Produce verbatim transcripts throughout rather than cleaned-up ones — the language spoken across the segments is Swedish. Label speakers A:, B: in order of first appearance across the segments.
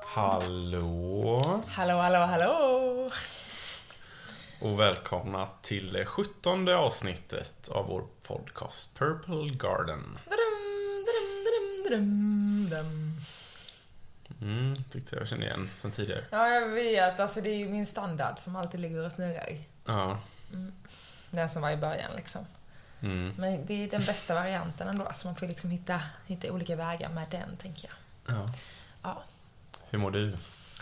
A: Hallå.
B: Hallå, hallå, hallå.
A: Och välkomna till sjuttonde avsnittet av vår podcast Purple Garden.
B: Drum, drum, drum, drum.
A: Mm, tyckte jag kände igen sen tidigare.
B: Ja, jag vet. Alltså, det är ju min standard som alltid ligger och snurrar.
A: Ja.
B: Mm. Den som var i början, liksom.
A: Mm.
B: Men det är den bästa varianten ändå, så man får liksom hitta, hitta olika vägar med den, tänker jag.
A: Ja.
B: Ja.
A: Hur mår du?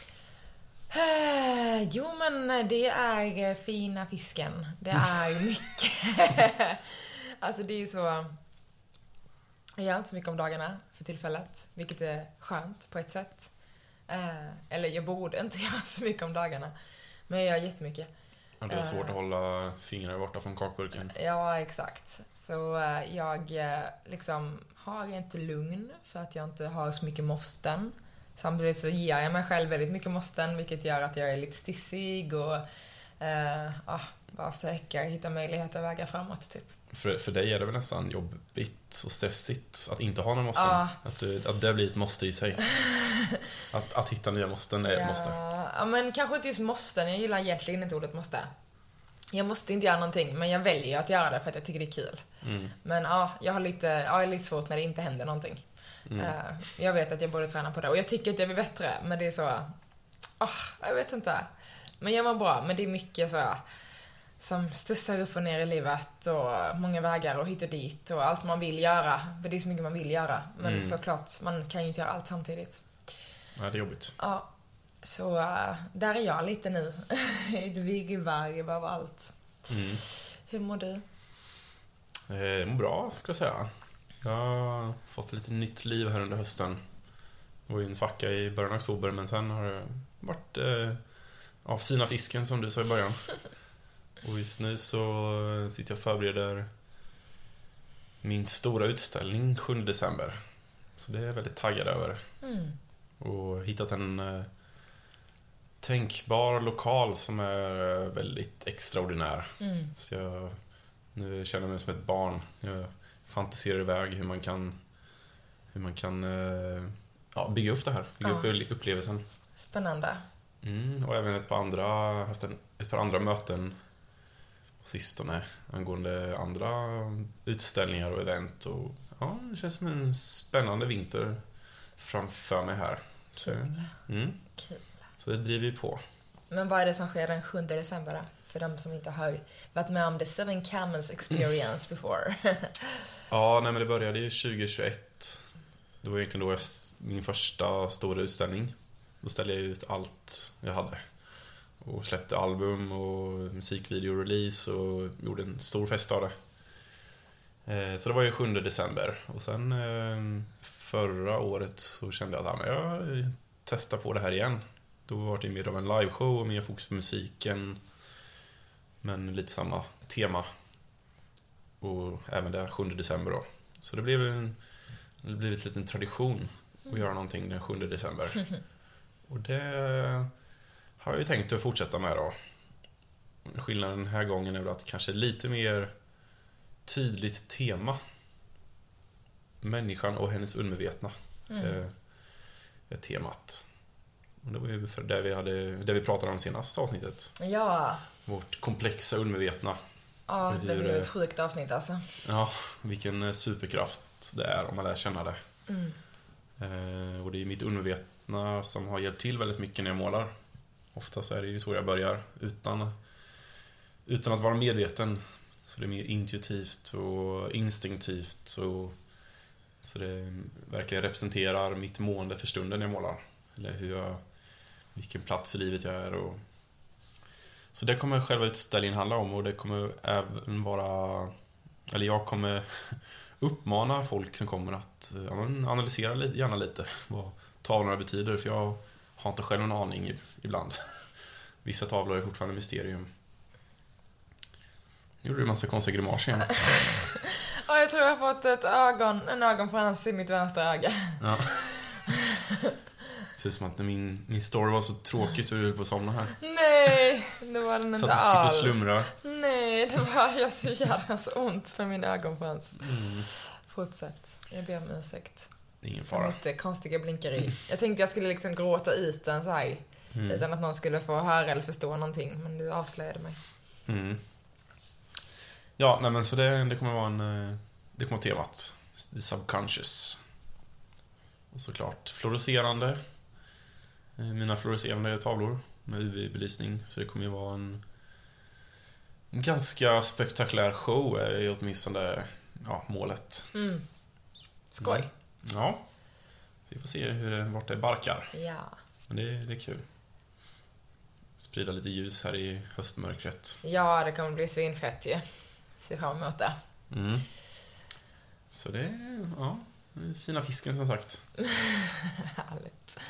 B: Eh, Jo, men det är fina fisken. Det är mycket. Alltså, det är så... Jag gör inte så mycket om dagarna för tillfället, vilket är skönt på ett sätt. Eh, eller jag borde inte göra så mycket om dagarna, men jag gör jättemycket.
A: Ja, det är svårt att hålla fingrarna borta från kakburken.
B: Ja, exakt. Så eh, jag eh, liksom har inte lugn för att jag inte har så mycket måsten. Samtidigt så ger jag mig själv väldigt mycket måsten, vilket gör att jag är lite stissig och eh, ah, bara försöker hitta möjligheter att väga framåt, typ.
A: För, för dig är det väl nästan jobbigt och stressigt att inte ha någon måsten.
B: Ja.
A: Att, du, att det blir ett måste i sig. Att, att hitta nya måsten är ett
B: ja,
A: måste.
B: Ja, men kanske inte just måsten. Jag gillar egentligen inte ordet måste. Jag måste inte göra någonting, men jag väljer att göra det för att jag tycker det är kul. Mm. Men ja, jag har lite, ja, jag är lite svårt när det inte händer någonting. Mm. Uh, jag vet att jag borde träna på det. Och jag tycker att jag blir bättre, men det är så... Oh, jag vet inte. Men jag mår bra, men det är mycket så... som stussar upp och ner i livet och många vägar och hit och dit och allt man vill göra. För det är så mycket man vill göra. Men mm. såklart, man kan ju inte göra allt samtidigt.
A: Ja, det är jobbigt.
B: Ja, så uh, där är jag lite nu. I ett vigvarv av allt.
A: Mm.
B: Hur mår du?
A: Eh, jag mår bra, ska jag säga. Jag har fått lite nytt liv här under hösten. Det var ju en svacka i början av oktober, men sen har det varit eh, ja, fina fisken som du sa i början. Och just nu så sitter jag och förbereder min stora utställning sjunde december. Så det är jag väldigt taggad över. Mm. Och hittat en eh, tänkbar lokal som är eh, väldigt extraordinär. Mm. Så jag nu känner jag mig som ett barn. Jag fantiserar iväg hur man kan hur man kan eh, ja, bygga upp det här. Bygga ja. upp upplevelsen.
B: Spännande.
A: Mm, och även ett par andra haft en, ett par andra möten på sistone angående andra utställningar och event. Och, ja, det känns som en spännande vinter framför mig här. Så,
B: Kul.
A: Mm,
B: Kul.
A: Så det driver vi på.
B: Men vad är det som sker den sjunde december då? För de som inte har varit med om the Seven Camels experience before.
A: Ja, nej, men det började ju tjugohundratjugoett. Det var egentligen då jag, min första stora utställning. Då ställde jag ut allt jag hade. Och släppte album och musikvideo-release och gjorde en stor fest av det. Så det var ju sjunde december. Och sen förra året så kände jag att jag testar på det här igen. Då var det mer av en liveshow och mer fokus på musiken. Men lite samma tema. Och även det sjunde december då. Så det blev en, det blev en liten tradition att göra någonting den sjunde december. Och det har jag ju tänkt att fortsätta med då. Skillnaden den här gången är väl att kanske lite mer tydligt tema. Människan och hennes undermedvetna mm. är temat. Och det var ju för det vi, hade, det vi pratade om senaste avsnittet.
B: Ja.
A: Vårt komplexa undermedvetna.
B: Ja, det blir ett sjukt avsnitt alltså.
A: Ja, vilken superkraft det är om man lär känna det.
B: Mm.
A: Eh, och det är mitt undermedvetna som har hjälpt till väldigt mycket när jag målar. Ofta så är det ju så jag börjar utan, utan att vara medveten. Så det är mer intuitivt och instinktivt. Så, så det verkligen representerar mitt mående för stunden när jag målar. Eller hur jag, vilken plats i livet jag är. Och, så det kommer själva utställningen handla om. Och det kommer även vara... Eller jag kommer uppmana folk som kommer att ja, analysera lite, gärna lite vad tavlorna betyder. För jag har inte själv någon aning ibland. Vissa tavlor är fortfarande mysterium. Nu gjorde du en massa konstiga grimaser igen.
B: Ja, jag tror jag har fått ett ögon, en ögonfrans i mitt vänstra öga.
A: Ja. Det ser ut som att min, min story var så tråkig så du höll på att somna här.
B: Nej, det var den inte alls.
A: Så att du sitter och slumrar.
B: Nej, det var jag så jävla så ont för min ögonfrans. Mm. Fortsätt. Jag ber om ursäkt.
A: ingen fara.
B: Lite konstiga blinkar i. Jag tänkte jag skulle liksom gråta ut den så här. Mm. Utan att någon skulle få höra eller förstå någonting. Men du avslöjade mig.
A: Mm. Ja, nej men så det, det kommer vara en... Det kommer vara temat. The subconscious. Och såklart fluorescerande. Mina fluorescerande tavlor med U V-belysning. Så det kommer ju vara en, en ganska spektakulär show är åtminstone ja, målet.
B: Mm. Skoj.
A: Mm. Ja. Vi får se hur det, vart det barkar.
B: Ja.
A: Men det, det är kul. Sprida lite ljus här i höstmörkret.
B: Ja, det kommer bli svinfett ju. Ser fram emot det.
A: Mm. Så det är, ja, fina fisken som sagt.
B: Härligt.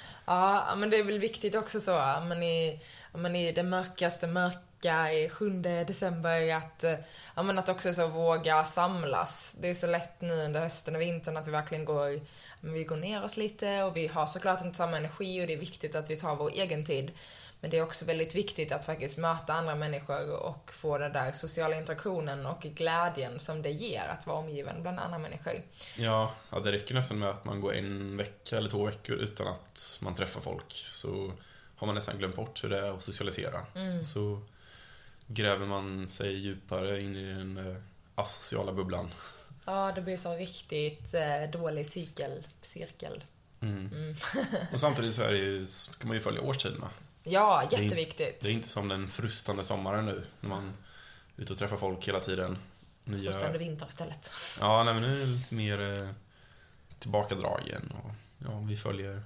B: Ja, men det är väl viktigt också så, men i, men i det mörkaste mörka i sjunde december att, ja, men att också så våga samlas. Det är så lätt nu under hösten och vintern att vi verkligen går, men vi går ner oss lite och vi har såklart inte samma energi och det är viktigt att vi tar vår egen tid. Men det är också väldigt viktigt att faktiskt möta andra människor och få den där sociala interaktionen och glädjen som det ger att vara omgiven bland andra människor.
A: Ja, ja, det räcker nästan med att man går en vecka eller två veckor utan att man träffar folk. Så har man nästan glömt bort hur det är att socialisera.
B: Mm.
A: Så gräver man sig djupare in i den eh, asociala bubblan.
B: Ja, det blir så riktigt eh, dålig cykel, cirkel.
A: Mm.
B: Mm.
A: Och samtidigt så är det ju, kan man ju följa årstiderna.
B: Ja, jätteviktigt.
A: Det är, det är inte som den frustande sommaren nu när man är ute och träffar folk hela tiden.
B: Nya... Frustande vinter istället.
A: Ja, nej, men nu är det lite mer eh, tillbakadragen och ja, vi följer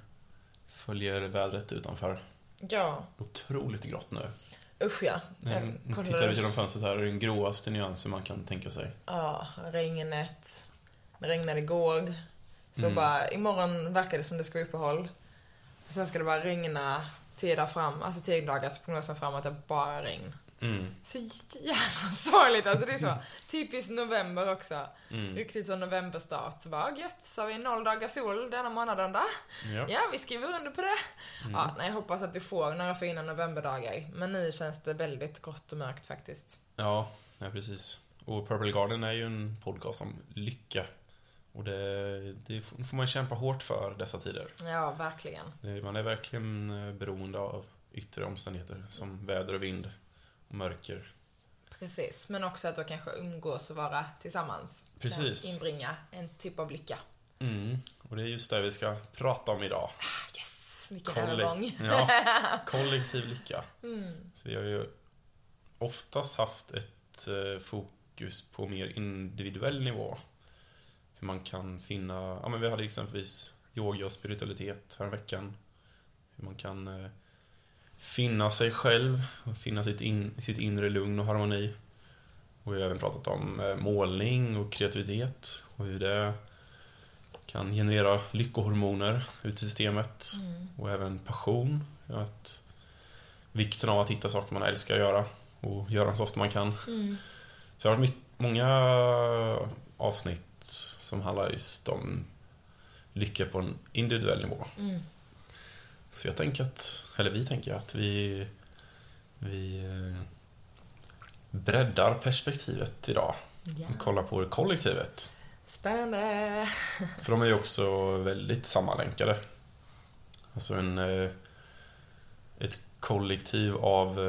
A: följer vädret utanför.
B: Ja.
A: Otroligt grått nu.
B: Usch ja.
A: Jag tittar ut genom fönstret här, är den gråaste nyansen man kan tänka sig.
B: Ja, regnet. Det regnade igår. Så
A: Mm.
B: bara, imorgon verkar det som det ska vara uppehåll. Sen ska det bara regna tio dagar fram, alltså tio dagar till prognosen fram att det bara regn.
A: Mm.
B: Så jävla sorgligt, alltså det är så typiskt november också.
A: Mm.
B: Riktigt så novemberstart. Så bara, gött, så har vi noll dagar sol denna månaden då.
A: Ja.
B: Ja, vi skriver under på det.
A: Mm.
B: Ja, nej, jag hoppas att vi får några fina novemberdagar. Men nu känns det väldigt grått och mörkt faktiskt.
A: Ja, ja, precis. Och Purple Garden är ju en podcast om lycka. Och det, det får man kämpa hårt för dessa tider.
B: Ja, verkligen.
A: Det, man är verkligen beroende av yttre omständigheter som väder och vind och mörker.
B: Precis, men också att då kanske umgås och vara tillsammans.
A: Precis.
B: Kan inbringa en typ av lycka.
A: Mm. Och det är just det vi ska prata om idag.
B: Ah, yes, vilken
A: Kolle-
B: övergång.
A: Ja, kollektiv lycka.
B: Mm.
A: För vi har ju oftast haft ett eh, fokus på mer individuell nivå. Hur man kan finna, ja men vi hade exempelvis yoga och spiritualitet här veckan. Hur man kan eh, finna sig själv och finna sitt, in, sitt inre lugn och harmoni. Och vi har även pratat om eh, målning och kreativitet och hur det kan generera lyckohormoner ut i systemet.
B: Mm.
A: Och även passion, att vikten av att hitta saker man älskar att göra och göra så ofta man kan.
B: Mm.
A: Så det har varit många avsnitt som handlar just om lycka på en individuell nivå.
B: Mm.
A: Så jag tänker att, eller vi tänker att vi vi breddar perspektivet idag.
B: Ja.
A: Och kollar på det kollektivet.
B: Spännande.
A: För de är ju också väldigt sammanlänkade. Alltså en ett kollektiv av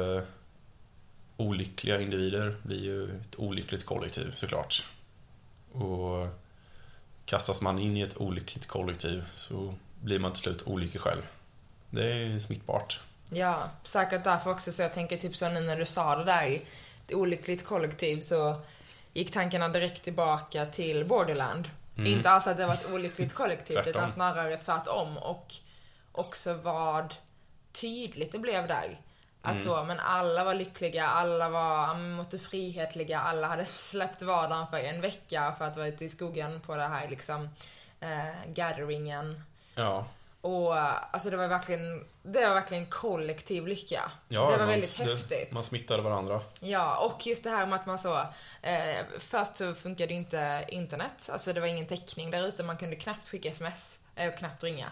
A: olyckliga individer blir ju ett olyckligt kollektiv såklart. Och kastas man in i ett olyckligt kollektiv så blir man till slut olycklig själv. Det är smittbart.
B: Ja, säkert därför också så jag tänker typ så nu när du sa det där i ett olyckligt kollektiv så gick tankarna direkt tillbaka till Borderland.
A: Mm.
B: Inte alls att det var ett olyckligt kollektiv
A: Tvärtom.
B: utan snarare tvärtom och också vad tydligt det blev där. Att
A: Mm.
B: så, men alla var lyckliga, alla var måtte frihetliga, alla hade släppt vardagen för en vecka för att vara ute i skogen på det här liksom eh, gatheringen.
A: Ja.
B: Och alltså det var verkligen det var verkligen kollektiv lycka.
A: Ja,
B: det var
A: man,
B: väldigt
A: det,
B: häftigt.
A: Man smittade varandra.
B: Ja, och just det här med att man så eh, först så funkade ju inte internet. Alltså det var ingen täckning där ute, man kunde knappt skicka sms och eh, knappt ringa.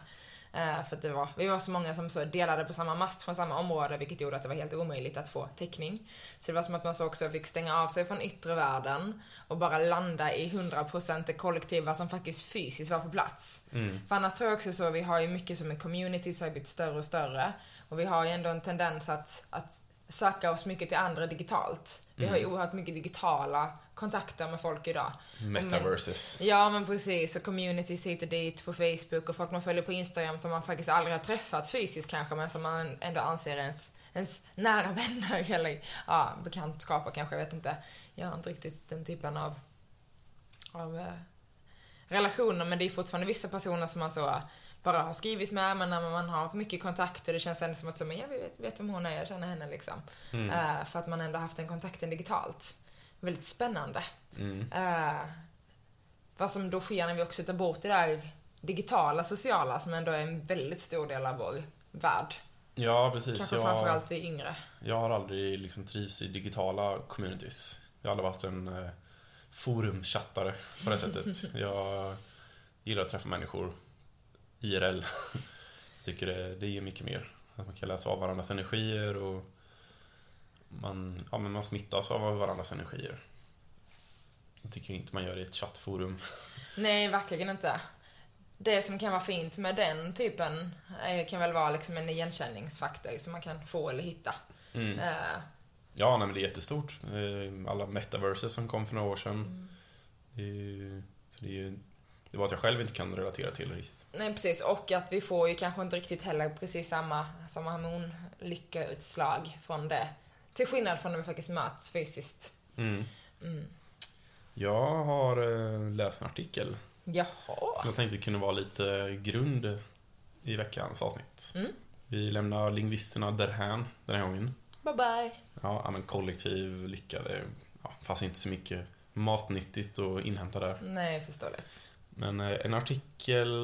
B: Eh, för att det var, vi var så många som så delade på samma mast från samma område, vilket gjorde att det var helt omöjligt att få täckning. Så det var som att man så också fick stänga av sig från yttre världen och bara landa i hundra procent det kollektiva som faktiskt fysiskt var på plats. Mm. För annars tror jag också så, vi har ju mycket som en community så har blivit större och större. Och vi har ju ändå en tendens att, att söka oss mycket till andra digitalt. Vi mm. har ju oerhört mycket digitala kontakter med folk idag.
A: Metaverses.
B: Men, ja, men precis. Och communities hit och dit på Facebook och folk man följer på Instagram som man faktiskt aldrig har träffat fysiskt kanske, men som man ändå anser ens, ens nära vänner eller ja, bekantskaper kanske, jag vet inte. Jag har inte riktigt den typen av, av eh, relationer, men det är fortfarande vissa personer som man så bara har skrivit med, men när man har mycket kontakter, det känns ändå som att så, men jag vet, vet vem hon är, jag känner henne liksom. Mm. Uh, för att man ändå haft den kontakten digitalt. Väldigt spännande. Mm. Uh, vad som då sker när vi också tar bort det där digitala, sociala, som ändå är en väldigt stor del av vår värld.
A: Ja, precis.
B: Kanske
A: jag,
B: framförallt vi yngre.
A: Jag har aldrig liksom trivs i digitala communities. Jag har aldrig varit en uh, forumchattare på det sättet. Jag gillar att träffa människor I R L. Tycker det, det ger mycket mer. Att man kan läsa av varandras energier och man, ja, men man smittas av varandras energier. Det tycker jag inte man gör i ett chattforum.
B: Nej, verkligen inte. Det som kan vara fint med den typen kan väl vara liksom en igenkänningsfaktor som man kan få eller hitta. Mm. Uh.
A: Ja, nej, men det är jättestort. Alla metaverses som kom för några år sedan. Mm. Det är ju, så det är ju Det var att jag själv inte kan relatera till det riktigt.
B: Nej, precis. Och att vi får ju kanske inte riktigt heller precis samma, samma hormonlyckautslag från det. Till skillnad från när vi faktiskt möts fysiskt. Mm. Mm.
A: Jag har äh, läst en artikel.
B: Jaha.
A: Som jag tänkte kunde vara lite grund i veckans avsnitt. Mm. Vi lämnar lingvisterna därhän den här gången.
B: Bye bye.
A: Ja, men kollektiv lycka. Det ja, fanns inte så mycket matnyttigt att inhämta där.
B: Nej, förståeligt.
A: Men en artikel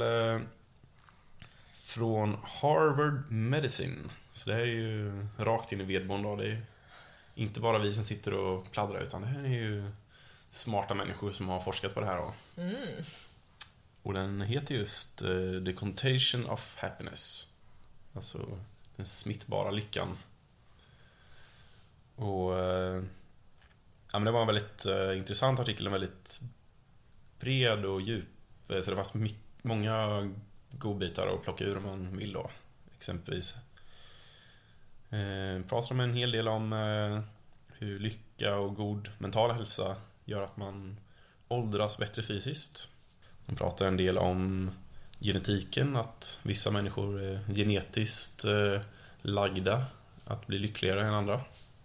A: från Harvard Medicine. Så det här är ju rakt in i vedbonden. Det är inte bara vi som sitter och pladdrar, utan det här är ju smarta människor som har forskat på det här. Mm. Och den heter just The Contagion of Happiness. Alltså den smittbara lyckan. Och ja, men det var en väldigt intressant artikel, en väldigt bred och djup. Så det fanns mycket, många godbitar att plocka ur om man vill då. Exempelvis eh, pratar de en hel del om eh, hur lycka och god mental hälsa gör att man åldras bättre fysiskt. De pratar en del om genetiken, att vissa människor är genetiskt eh, lagda att bli lyckligare än andra.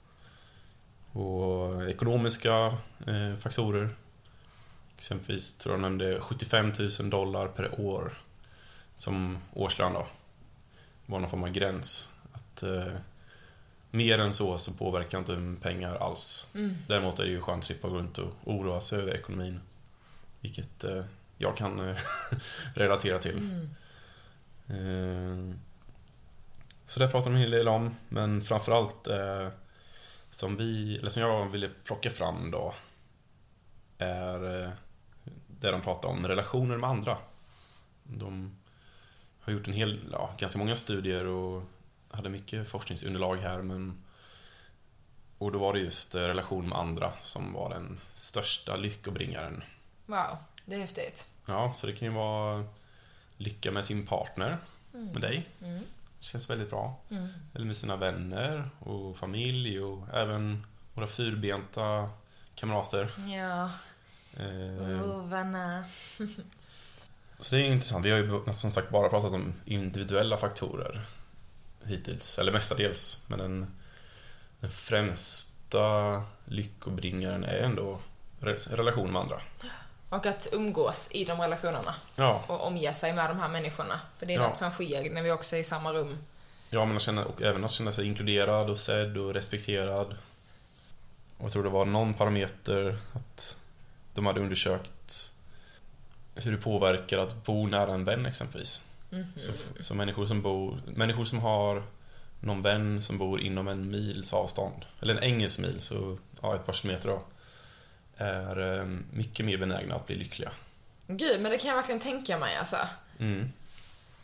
A: Och ekonomiska eh, faktorer. Exempelvis tror jag nämnde sjuttiofem tusen dollar per år som årslön då. Var någon form av gräns. Att eh, mer än så så påverkar inte pengar alls. Mm. Däremot är det ju skönt att slippa gå runt och oroa sig över ekonomin. Vilket eh, jag kan eh, relatera till. Mm. Eh, så det pratar de en hel del om. Men framförallt eh, som, vi, eller som jag ville plocka fram då är eh, där de pratar om relationer med andra. De har gjort en hel, ja, ganska många studier och hade mycket forskningsunderlag här, men och då var det just relation med andra som var den största lyckobringaren.
B: Wow, det är häftigt.
A: Ja, så det kan ju vara lycka med sin partner, mm. med dig. Mm. Det känns väldigt bra. Mm. Eller med sina vänner och familj och även våra fyrbenta kamrater.
B: Ja.
A: Eh,
B: oh, vänner.
A: Så det är intressant. Vi har ju som sagt bara pratat om individuella faktorer hittills, eller mestadels. Men den, den främsta lyckobringaren är ändå relation med andra.
B: Och att umgås i de relationerna.
A: Ja.
B: Och omge sig med de här människorna. För det är ja. något som sker när vi också är i samma rum.
A: Ja, men att känna, och även att känna sig inkluderad och sedd och respekterad. Och jag tror det var någon parameter att de hade undersökt hur det påverkar att bo nära en vän exempelvis. Mm-hmm. Så, så människor som bor, människor som har någon vän som bor inom en mils avstånd, eller en engelsk mil, så ja, ett par kilometer då, är mycket mer benägna att bli lyckliga.
B: Gud, men det kan jag verkligen tänka mig alltså. Mm.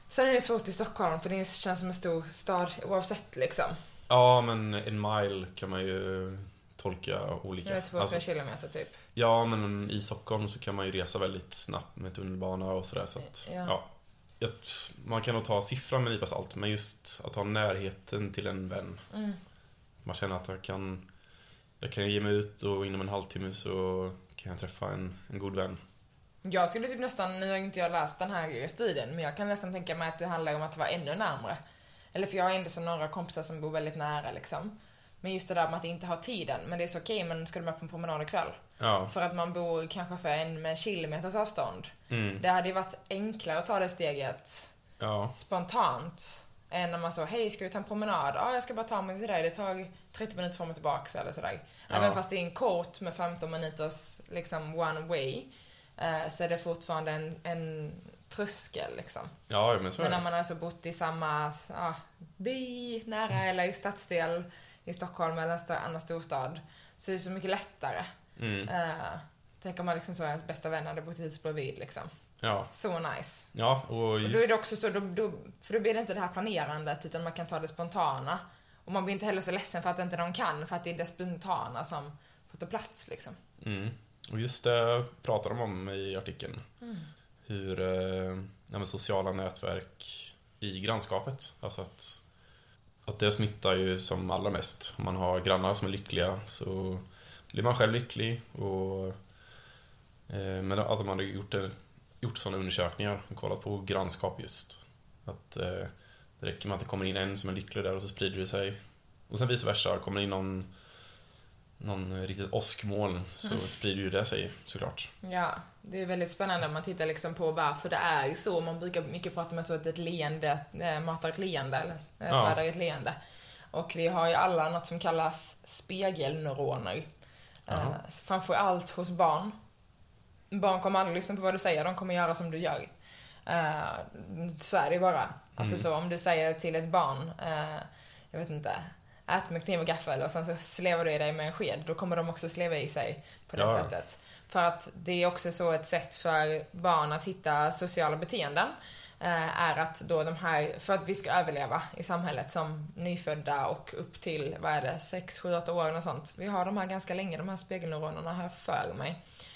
B: Sen är det svårt i Stockholm för det känns som en stor stad oavsett liksom.
A: Ja, men en mile kan man ju tolka olika.
B: Det är två,
A: alltså,
B: tre kilometer typ.
A: Ja, men i Stockholm så kan man ju resa väldigt snabbt med tunnelbana och sådär. Så att,
B: Ja.
A: ja. Jag, man kan nog ta siffran med en nypa salt, men just att ha närheten till en vän.
B: Mm.
A: Man känner att jag kan, jag kan ge mig ut och inom en halvtimme så kan jag träffa en, en god vän.
B: Jag skulle typ nästan, nu har inte jag läst den här studien, men jag kan nästan tänka mig att det handlar om att vara ännu närmare. Eller för jag har ändå så några kompisar som bor väldigt nära liksom. Men just det där med att inte ha tiden, men det är så okej, men ska du med på en promenad ikväll?
A: Ja.
B: För att man bor kanske för en med kilometers avstånd.
A: Mm.
B: Det hade ju varit enklare att ta det steget
A: Ja.
B: spontant än när man så, hej ska vi ta en promenad? Ja, jag ska bara ta mig till dig, det tar trettio minuter fram och tillbaka eller sådär.
A: Ja.
B: Även fast det är en kort med femton minuters liksom one way, eh, så är det fortfarande en, en tröskel liksom.
A: Ja, men så är
B: Men när
A: det.
B: man alltså bott i samma ja, by nära eller i stadsdel i Stockholm eller en stö- annan storstad, så är det så mycket lättare.
A: Mm.
B: Eh, tänk om man liksom så är ens bästa vän hade bott hus bredvid liksom.
A: Ja.
B: Så nice.
A: Ja, och
B: Och
A: just...
B: då är det också så, då, då, för då blir det inte det här planerandet utan man kan ta det spontana. Och man blir inte heller så ledsen för att inte någon kan, för att det är det spontana som får ta plats liksom.
A: Mm. Och just det pratar de om i artikeln.
B: Mm.
A: Hur eh, ja, men sociala nätverk i grannskapet. Alltså att, att det smittar ju som allra mest. Om man har grannar som är lyckliga så blir man själv lycklig. Och, eh, men att man har gjort, det, gjort sådana undersökningar och kollat på grannskap just. Att eh, det räcker med att det kommer in en som är lycklig där och så sprider det sig. Och sen vice versa, kommer det in någon någon riktigt åskmoln så
B: Mm.
A: sprider ju det sig såklart.
B: Ja, det är väldigt spännande om man tittar liksom på varför det är så. Man brukar mycket prata om att ett leende äh, matar ett leende, eller äh,
A: Ja.
B: föder ett leende. Och vi har ju alla något som kallas spegelneuroner.
A: Jaha.
B: Uh, framför allt hos barn. Barn kommer aldrig lyssna på vad du säger, de kommer göra som du gör. Uh, så är det bara. Alltså
A: Mm.
B: så, om du säger till ett barn, uh, jag vet inte, ät med kniv och gaffel och sen så slevar du i dig med en sked, då kommer de också sleva i sig på det
A: Ja.
B: sättet. För att det är också så ett sätt för barn att hitta sociala beteenden, eh, är att då de här, för att vi ska överleva i samhället som nyfödda och upp till, vad är det, sex, sju, åtta år och sånt. Vi har de här ganska länge, de här spegelneuronerna här för mig.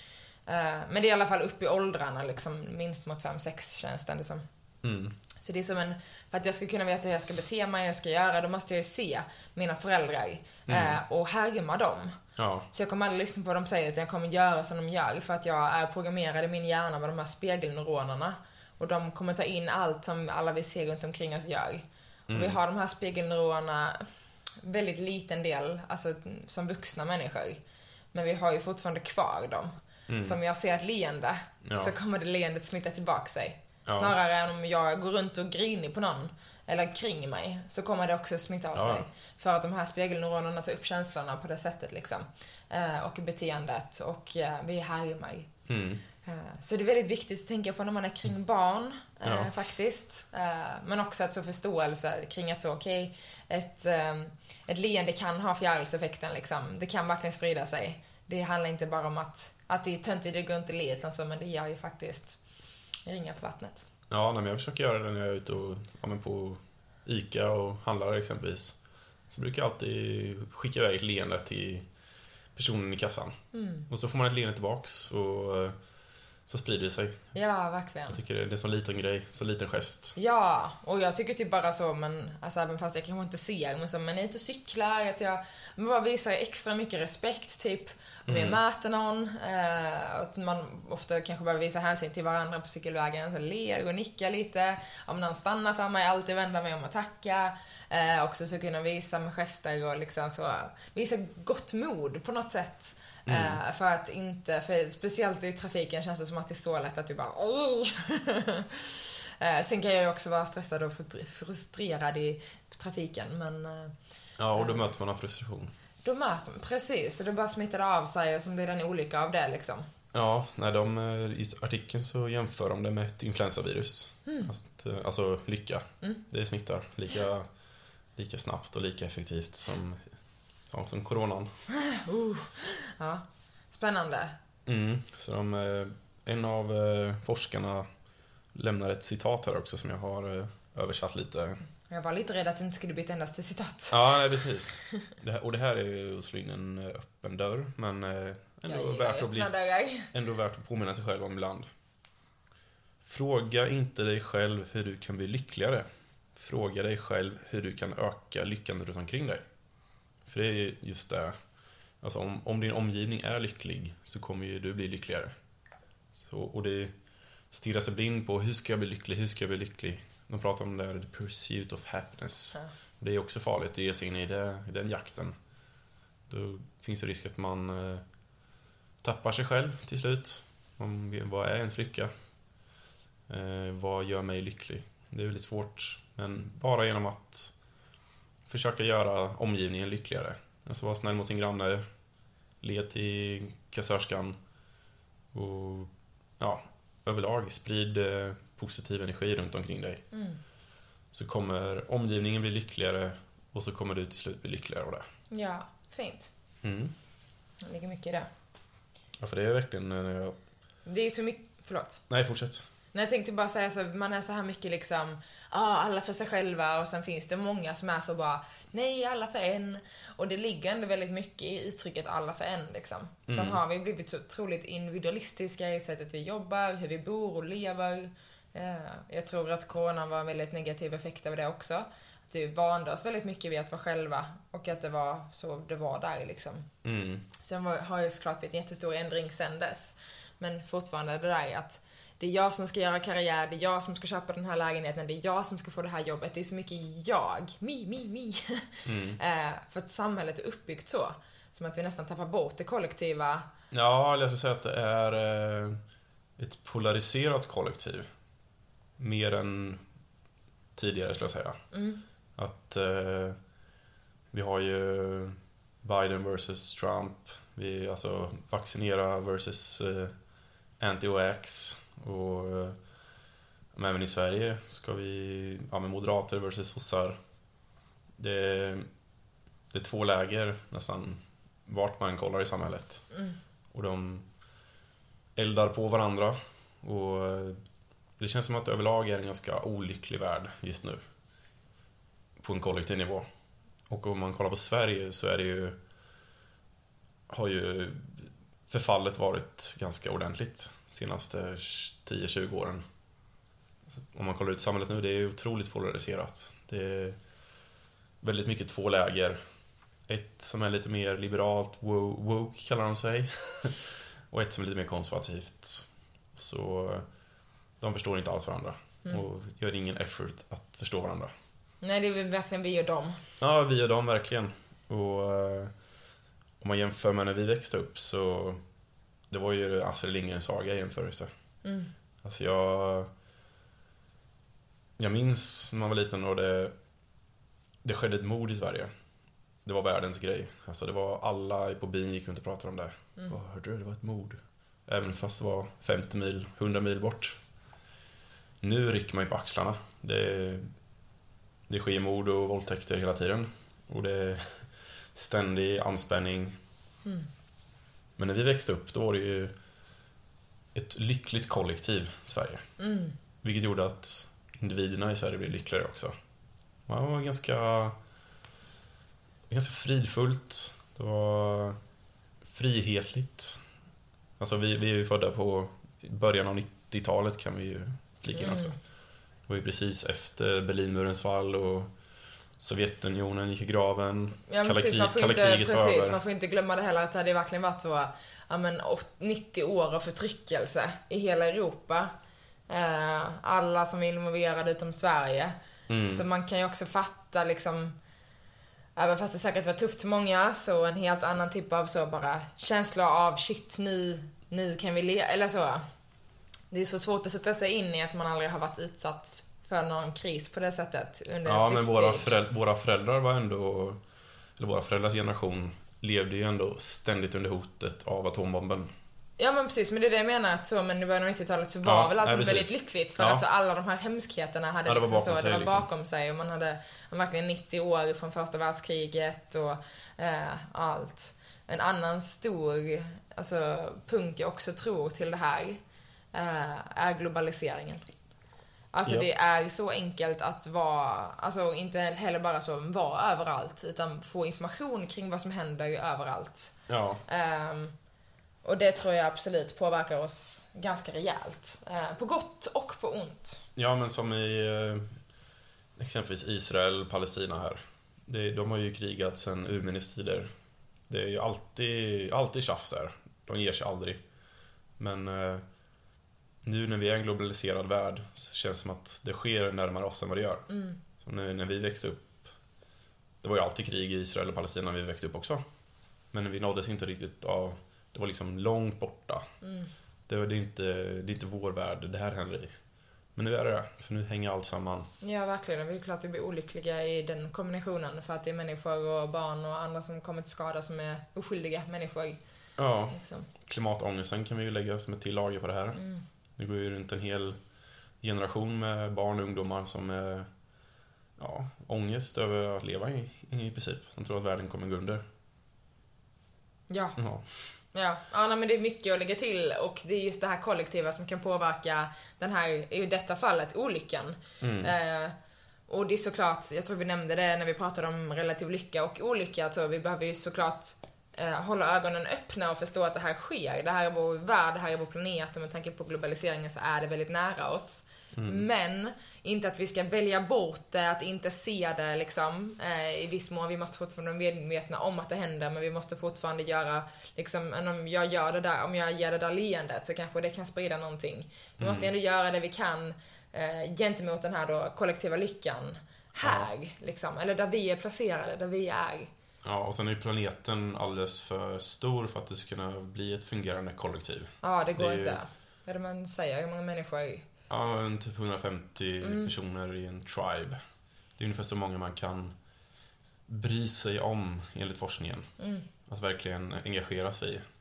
B: Eh, men det är i alla fall upp i åldrarna, liksom minst mot fem sex känns det som.
A: Mm.
B: Så det är som en, för att jag ska kunna veta hur jag ska bete mig, hur jag ska göra, då måste jag ju se mina föräldrar
A: Mm.
B: eh, och härma dem.
A: Ja.
B: Så jag kommer aldrig lyssna på vad de säger, utan jag kommer göra som de gör, för att jag är programmerad i min hjärna med de här spegelneuronerna. Och de kommer ta in allt som alla vi ser runt omkring oss gör.
A: Mm.
B: Och vi har de här spegelneuronerna väldigt liten del, alltså som vuxna människor. Men vi har ju fortfarande kvar dem.
A: Mm.
B: Så om jag ser ett leende,
A: Ja.
B: så kommer det leendet smitta tillbaka sig.
A: Ja.
B: Snarare än om jag går runt och griner på någon eller kring mig, så kommer det också smitta av
A: Ja.
B: sig. För att de här spegelneuronerna tar upp känslorna på det sättet liksom. Eh, och beteendet, och eh, vi härmar.
A: Mm.
B: Eh, så det är väldigt viktigt att tänka på när man är kring barn, eh,
A: Ja.
B: faktiskt. Eh, men också att så förståelse kring att så, okej, okay, ett, eh, ett leende kan ha fjärilseffekten liksom. Det kan verkligen sprida sig. Det handlar inte bara om att, att det är töntigt, det går inte lit, alltså, men det gör ju faktiskt ringar på vattnet.
A: Ja, nej, men jag försöker göra det när jag är ute och, ja, men på Ica och handlar exempelvis. Så brukar jag alltid skicka iväg ett leende till personen i kassan.
B: Mm.
A: Och så får man ett leende tillbaks och eh, så sprider det sig.
B: Ja, verkligen.
A: Jag tycker det är en sån liten grej, så liten gest.
B: Ja, och jag tycker typ bara så, men alltså även fast jag kanske inte ser, men så, men jag är ute och cyklar, att jag man bara visar extra mycket respekt, typ om jag
A: Mm.
B: möter någon, eh, att man ofta kanske bara visar hänsyn till varandra på cykelvägen, så ler och nickar lite, om någon stannar för mig, alltid vända mig om och tacka, eh, också så kunna visa med gester och liksom så, visa gott mod på något sätt.
A: Mm.
B: Eh, för att inte, för speciellt i trafiken känns det som att det är så lätt att du bara oh! eh, Sen kan jag ju också vara stressad och frustrerad i trafiken, men eh,
A: Ja, och då möter man en frustration.
B: då möter man, precis, så det bara smittar av sig och så blir det en olycka av det liksom.
A: Ja, när de, i artikeln så jämför de det med ett influensavirus.
B: Mm.
A: Att, eh, alltså lycka.
B: Mm.
A: Det smittar lika, lika snabbt och lika effektivt som, ja, som coronan.
B: Uh, ja, spännande.
A: Mm. Så de, eh, en av eh, forskarna lämnar ett citat här också som jag har eh, översatt lite.
B: Jag var lite rädd att det inte skulle bli ett endast citat.
A: Ja, nej, precis. Det här, och det här är ju att slå in en öppen dörr, men eh, ändå, värt att bli, ändå värt att påminna sig själv om ibland. Fråga inte dig själv hur du kan bli lyckligare. Fråga dig själv hur du kan öka lyckan runt omkring dig. För det är just det. Alltså om, om din omgivning är lycklig så kommer ju du bli lyckligare. Så, och det stirrar sig blind på hur ska jag bli lycklig, hur ska jag bli lycklig. De pratar om det här, the pursuit of happiness. Ja. Och det är också farligt att ge sig in i, det, i den jakten. Då finns det risk att man eh, tappar sig själv till slut. Om, vad är ens lycka? Eh, vad gör mig lycklig? Det är väldigt svårt. Men bara genom att försöka göra omgivningen lyckligare. Alltså vara snäll mot sin granne. Led till kassörskan. Och ja, överlag sprid eh, positiv energi runt omkring dig. Mm. Så kommer omgivningen bli lyckligare. Och så kommer du till slut bli lyckligare av det.
B: Ja, fint. Mm. Det ligger mycket i det.
A: Ja, för det är verkligen... Eh,
B: det är så mycket... Förlåt.
A: Nej, fortsätt.
B: Nej, jag tänkte bara säga så, man är så här mycket liksom, ah, alla för sig själva, och sen finns det många som är så bara, nej, alla för en. Och det ligger ändå väldigt mycket i uttrycket alla för en liksom. Sen mm. har vi blivit så otroligt individualistiska i sättet vi jobbar, hur vi bor och lever. Jag tror att corona var en väldigt negativ effekt av det också. Att vi vande oss väldigt mycket vid att vara själva, och att det var så det var där liksom. Mm. Sen var, har ju såklart blivit en jättestor ändring sen dess. Men fortfarande det där att det är jag som ska göra karriär, det är jag som ska köpa den här lägenheten, det är jag som ska få det här jobbet. Det är så mycket jag, mi, mi, mi. Mm. eh, för att samhället är uppbyggt så. Som att vi nästan tappar bort det kollektiva.
A: Ja, jag skulle säga att det är eh, ett polariserat kollektiv. Mer än tidigare, skulle jag säga. Mm. Att eh, vi har ju Biden versus Trump. Vi alltså vaccinera versus eh, anti-vax. Och men även i Sverige ska vi, ja, med moderater versus sossar. Det, det är två läger nästan vart man kollar i samhället. Mm. Och de eldar på varandra. Och det känns som att det överlag är en ganska olycklig värld just nu. På en kollektiv nivå. Och om man kollar på Sverige så är det ju, har ju förfallet varit ganska ordentligt senaste tio till tjugo åren. Om man kollar ut samhället nu, det är otroligt polariserat. Det är väldigt mycket två läger. Ett som är lite mer liberalt, woke kallar de sig. Och ett som är lite mer konservativt. Så de förstår inte alls varandra. Mm. Och gör ingen effort att förstå varandra.
B: Nej, det är verkligen vi och dem.
A: Ja, vi och dem verkligen. Och om man jämför med när vi växte upp så det var ju Astrid Lindgrens saga i jämförelse. Mm. Alltså jag jag minns när man var liten och det det skedde ett mord i Sverige. Det var världens grej. Alltså det var alla på bin gick runt och pratade om det. Mm. Åh, hörde du, det var ett mord. Även fast det var femtio mil, hundra mil bort. Nu rycker man ju på axlarna. Det det sker mord och våldtäkter hela tiden. Och det är ständig anspänning. Mm. Men när vi växte upp då var det ju ett lyckligt kollektiv i Sverige. Mm. Vilket gjorde att individerna i Sverige blev lyckligare också. Det var ganska ganska fridfullt. Det var frihetligt. Alltså vi, vi är ju födda på början av nittiotalet kan vi ju flika in mm. också. Det var ju precis efter Berlinmurens fall och Sovjetunionen gick i graven.
B: Ja,
A: kalla,
B: precis,
A: krig,
B: man får
A: kalla
B: inte,
A: kriget
B: precis,
A: över.
B: Man får inte glömma det heller att det hade verkligen varit så ja, men, nittio år av förtryckelse i hela Europa. Eh, alla som är involverade utom Sverige. Mm. Så man kan ju också fatta liksom, även fast det säkert var tufft för många, så en helt annan typ av så bara känsla av shit, nu, nu kan vi leva, eller så. Det är så svårt att sätta sig in i att man aldrig har varit utsatt för någon kris på det sättet under
A: ja, men våra, föräldrar, våra föräldrar var ändå, eller våra föräldrars generation levde ju ändå ständigt under hotet av atombomben.
B: Ja, men precis, men det är det jag menar att så, men i början av nittiotalet så var ja, väl allting nej, väldigt lyckligt för ja. att så alla de här hemskheterna hade ja, det liksom så, sig, det var bakom liksom. sig och man hade verkligen nittio år från första världskriget och eh, allt. En annan stor alltså, punkt jag också tror till det här eh, är globaliseringen. Alltså
A: Ja.
B: det är så enkelt att vara, alltså inte heller bara så vara överallt, utan få information kring vad som händer ju överallt.
A: Ja.
B: Um, och det tror jag absolut påverkar oss ganska rejält. Uh, på gott och på ont.
A: Ja, men som i eh, exempelvis Israel, Palestina här. Det, de har ju krigat sedan urminnes tider. Det är ju alltid, alltid tjafs där. De ger sig aldrig. Men eh, nu när vi är en globaliserad värld så känns det som att det sker närmare oss än vad det gör.
B: Mm.
A: Så när, när vi växte upp, det var ju alltid krig i Israel och Palestina när vi växte upp också. Men vi nåddes inte riktigt av, det var liksom långt borta.
B: Mm.
A: Det, var, det, är inte, det är inte vår värld det här händer i. Men nu är det det, för nu hänger allt samman.
B: Ja, verkligen. Vi är klart att vi blir olyckliga i den kombinationen för att det är människor och barn och andra som kommer till skada som är oskyldiga människor.
A: Ja,
B: Liksom.
A: klimatångesten kan vi ju lägga som ett till lager på det här.
B: Mm.
A: Det går ju runt en hel generation med barn och ungdomar som är ja, ångest över att leva i, i princip. De tror att världen kommer gå under.
B: Ja.
A: Ja.
B: Ja, ja nej, men det är mycket att lägga till och det är just det här kollektiva som kan påverka den här, i detta fallet, olyckan.
A: Mm.
B: Eh, och det är såklart, jag tror vi nämnde det när vi pratade om relativ lycka och olycka, alltså vi behöver ju såklart eh, hålla ögonen öppna och förstå att det här sker. Det här är vår värld, det här är vår planet och med tanke på globaliseringen så är det väldigt nära oss. Mm. Men inte att vi ska välja bort det, att inte se det liksom, eh, i viss mån. Vi måste fortfarande vara medvetna om att det händer, men vi måste fortfarande göra liksom, om jag gör det där, om jag ger det där leendet så kanske det kan sprida någonting. Vi måste ändå göra det vi kan eh, gentemot den här då kollektiva lyckan här, ja. Liksom, eller där vi är placerade, där vi är.
A: Ja, och sen är ju planeten alldeles för stor för att det ska kunna bli ett fungerande kollektiv.
B: Ja, det går
A: det
B: inte.
A: Ju...
B: Vad är det man säger? Hur många människor?
A: Ja, en typ hundrafemtio mm. personer i en tribe. Det är ungefär så många man kan bry sig om enligt forskningen. Mm. Att verkligen engagera sig i.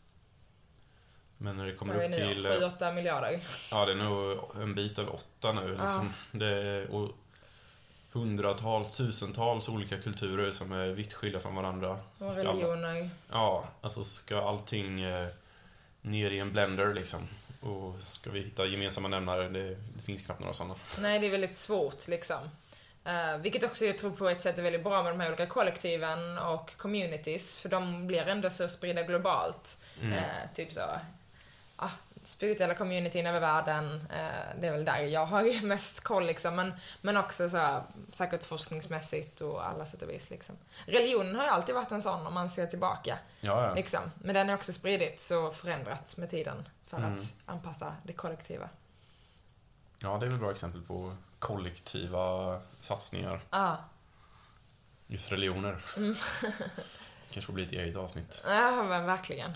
A: Men när det kommer upp till...
B: sju åtta miljarder.
A: Ja, det är nog en bit över åtta nu.
B: Ja.
A: Liksom. Det är, och hundratals, tusentals olika kulturer som är vitt skilda från varandra.
B: Och religioner.
A: Ja, alltså ska allting eh, ner i en blender liksom. Och ska vi hitta gemensamma nämnare, det, det finns knappt några sådana. Nej,
B: det är väldigt svårt liksom. Uh, vilket också jag tror på ett sätt är väldigt bra med de här olika kollektiven och communities. För de blir ändå så spridda globalt. Mm. Uh, typ så, uh, spirituella communityn över världen. Uh, det är väl där jag har mest koll liksom. Men, men också så här, säkert forskningsmässigt och alla sätt och vis liksom. Religionen har ju alltid varit en sån om man ser tillbaka.
A: Ja, ja.
B: Liksom. Men den är också spridit så förändrat med tiden. För
A: mm.
B: att anpassa det kollektiva.
A: Ja, det är väl ett bra exempel på kollektiva satsningar.
B: Ah.
A: Just religioner.
B: Mm.
A: Kanske får bli ett eget avsnitt.
B: Ja, men verkligen.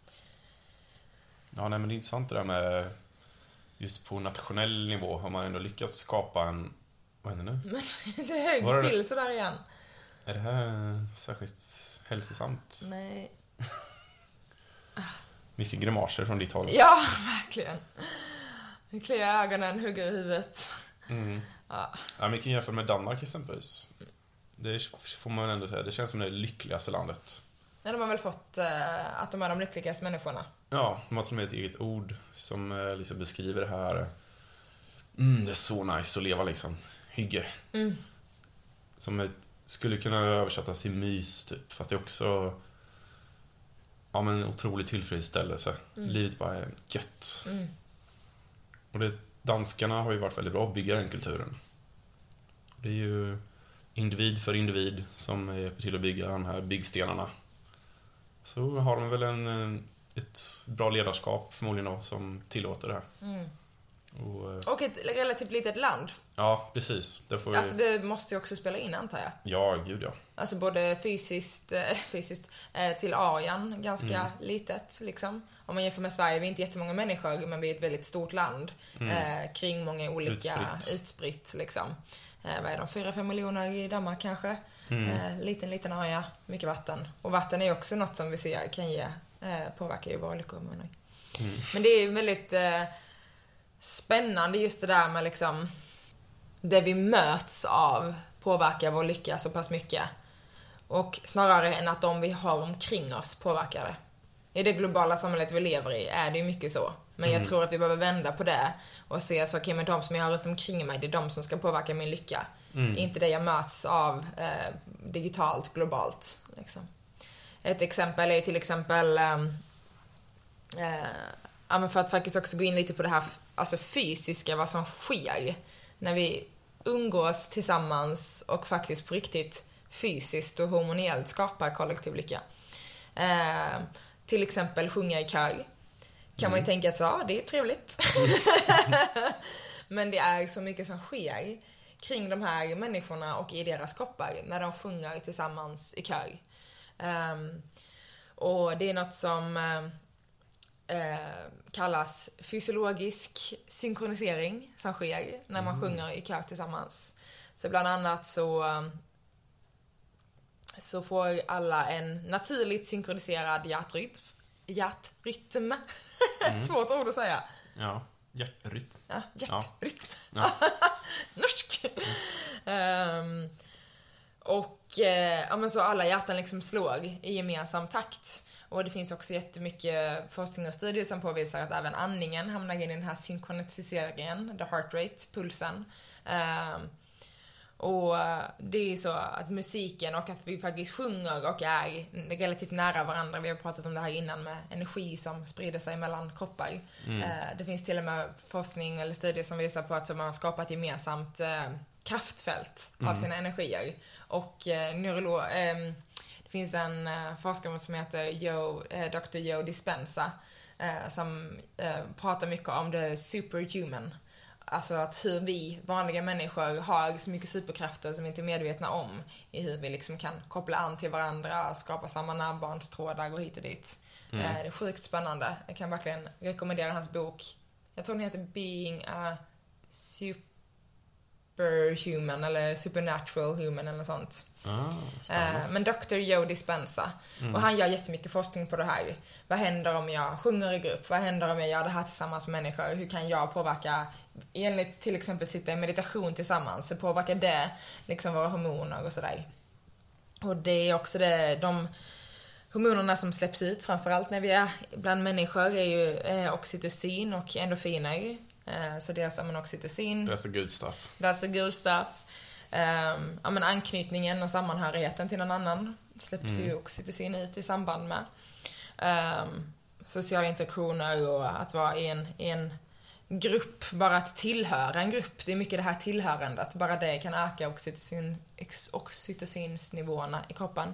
A: Ja, nej, men det är intressant det där med just på nationell nivå har man ändå lyckats skapa en... Vad händer nu?
B: Det högg till det? Sådär igen.
A: Är det här särskilt hälsosamt?
B: Nej.
A: Mycket grimaser från ditt håll.
B: Ja, verkligen. Vi kliar ögonen, hugger i huvudet.
A: Mm. Ja. Ja, mycket jämfört med Danmark exempelvis. Det får man ändå säga. Det känns som det lyckligaste landet.
B: Ja, de har väl fått uh, att de är de lyckligaste människorna.
A: Ja, de har till och med ett eget ord som uh, liksom beskriver det här. Mm, det är så nice att leva liksom. Hygge.
B: Mm.
A: Som ett, skulle kunna översättas till mys typ. Fast det är också... Ja, men en otrolig tillfredsställelse. Mm. Livet bara är gött.
B: Mm.
A: Och det, danskarna har ju varit väldigt bra att bygga den kulturen. Det är ju individ för individ som hjälper till att bygga de här byggstenarna. Så har de väl en, ett bra ledarskap förmodligen då, som tillåter det här.
B: Mm.
A: Och,
B: och ett relativt litet land.
A: Ja, precis. Det får ju...
B: Alltså det måste ju också spela in, antar jag.
A: Ja, gud ja. Alltså
B: både fysiskt, äh, fysiskt äh, till arean, ganska mm. litet liksom. Om man jämför med Sverige, vi är inte jättemånga människor, men vi är ett väldigt stort land. Mm. Äh, kring många olika
A: utspritt,
B: utspritt liksom. Äh, vad är de, fyra fem miljoner i Danmark kanske.
A: Mm.
B: Äh, liten, liten area, mycket vatten. Och vatten är också något som vi ser kan ge, äh, påverka ju våra lyckohormoner. Mm. Men det är väldigt... Äh, spännande just det där med liksom det vi möts av påverkar vår lycka så pass mycket. Och snarare än att de vi har omkring oss påverkar det. i det globala samhället vi lever i är det ju mycket så. Men jag
A: Mm.
B: tror att vi behöver vända på det och se så, okej, okay, men de som jag har runt omkring mig, det är de som ska påverka min lycka.
A: Mm.
B: Inte det jag möts av eh, digitalt, globalt. Liksom. Ett exempel är till exempel eh, eh, ja, men för att faktiskt också gå in lite på det här alltså fysiska, vad som sker när vi umgås tillsammans och faktiskt på riktigt fysiskt och hormoniellt skapar kollektiv lycka. Eh, till exempel sjunga i kör. Kan mm. man ju tänka att så, ja, det är trevligt. Men det är så mycket som sker kring de här människorna och i deras kroppar när de sjunger tillsammans i kör. Um, och det är något som uh, kallas fysiologisk synkronisering som sker när man mm. sjunger i kör tillsammans. Så bland annat så um, så får alla en naturligt synkroniserad hjärtrytm. Hjärtrytm. Mm. Svårt ord att säga.
A: Ja, hjärtrytm.
B: Ja, hjärtrytm.
A: Ja.
B: Norsk. Mm. um, och eh, ja, men så alla hjärtan liksom slår i gemensam takt. Och det finns också jättemycket forskning och studier som påvisar att även andningen hamnar in i den här synkroniseringen, the heart rate, pulsen. Um, Och det är så att musiken och att vi faktiskt sjunger och är relativt nära varandra. Vi har pratat om det här innan med energi som sprider sig mellan kroppar. Mm. Det finns till och med forskning eller studier som visar på att man har skapat gemensamt kraftfält av mm. sina energier. Och neurolog, det finns en forskare som heter Joe, doktor Joe Dispenza som pratar mycket om the superhuman. Alltså att hur vi vanliga människor har så mycket superkrafter som vi inte är medvetna om i hur vi liksom kan koppla an till varandra, skapa samma närbarnstrådar och hit och dit. Mm. Det är sjukt spännande. Jag kan verkligen rekommendera hans bok. Jag tror den heter Being a Superhuman eller Supernatural Human eller något sånt.
A: Ah,
B: Men doktor Joe Dispenza. Mm. Och han gör jättemycket forskning på det här. Vad händer om jag sjunger i grupp? Vad händer om jag gör det här tillsammans med människor? Hur kan jag påverka, enligt till exempel sitta i meditation tillsammans, så påverkar det liksom våra hormoner och sådär. Och det är också det, de hormonerna som släpps ut, framförallt när vi är bland människor, är ju eh, oxytocin och endorfiner. Eh, så det är alltså oxytocin.
A: That's the good stuff.
B: That's the good stuff. Um, ja, men anknytningen och sammanhörigheten till någon annan släpps mm. ju oxytocin ut i samband med um, sociala interaktioner och att vara i en, i en grupp, bara att tillhöra en grupp. Det är mycket det här tillhörandet. Bara det kan öka oxytocin, oxytocinsnivåerna i kroppen.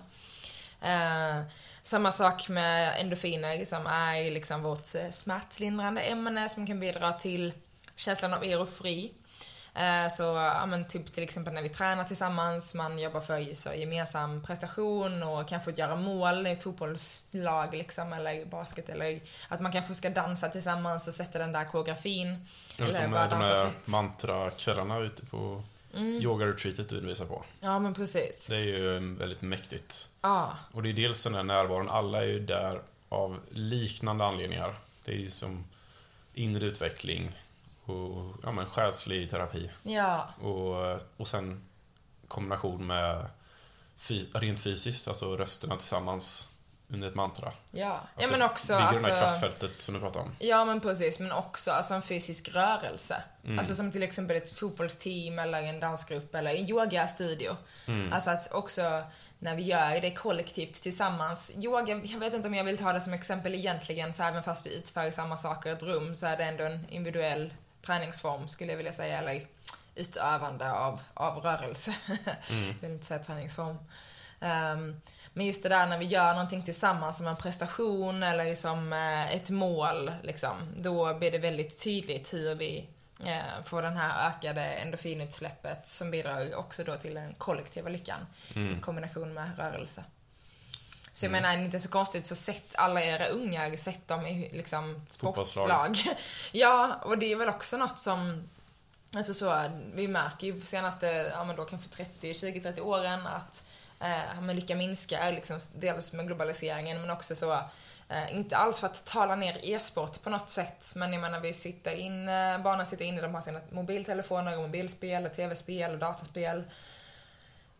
B: Uh, samma sak med endorfiner som är liksom vårt smärtlindrande ämne som kan bidra till känslan av eufori. Så ja, men typ till exempel när vi tränar tillsammans, man jobbar för så gemensam prestation och kanske göra mål i fotbollslag liksom, eller basket, eller att man kanske ska dansa tillsammans och sätta den där koreografin.
A: Eller, eller som bara de här mantra-kvällarna ute på mm. yoga-retreatet du visar på.
B: Ja, men precis.
A: Det är ju väldigt mäktigt.
B: Ja.
A: Och det är dels den här närvaron, alla är ju där av liknande anledningar. Det är ju som inre utveckling och ja, men själslig terapi.
B: Ja.
A: Och, och sen kombination med fy, rent fysiskt, alltså rösterna tillsammans under ett mantra.
B: Ja, ja men också
A: bygger
B: alltså,
A: det här kraftfältet som du pratar om.
B: Ja, men precis, men också alltså en fysisk rörelse.
A: Mm.
B: Alltså som till exempel ett fotbollsteam eller en dansgrupp eller en yogastudio. Mm. Alltså att också när vi gör det kollektivt tillsammans. Yoga, jag vet inte om jag vill ta det som exempel egentligen, för även fast vi utför samma saker i ett rum så är det ändå en individuell träningsform, skulle jag vilja säga, eller utövande av, av rörelse. Mm. Jag vill inte säga träningsform. Um, men just det där när vi gör någonting tillsammans som en prestation eller som uh, ett mål, liksom, då blir det väldigt tydligt hur vi uh, får den här ökade endorfinutsläppet som bidrar också då till den kollektiva lyckan mm. i kombination med rörelse. Så jag mm. menar, inte så konstigt, så sätt alla era ungar, sätt dem i liksom sportslag. Ja, och det är väl också något som, alltså så, vi märker ju senaste, ja men då kanske trettio, tjugo, trettio åren att eh, men lycka minskar, liksom, dels med globaliseringen, men också så, eh, inte alls för att tala ner e-sport på något sätt, men jag menar, vi sitter inne, barnen sitter inne, de har sina mobiltelefoner och mobilspel och tv-spel och dataspel.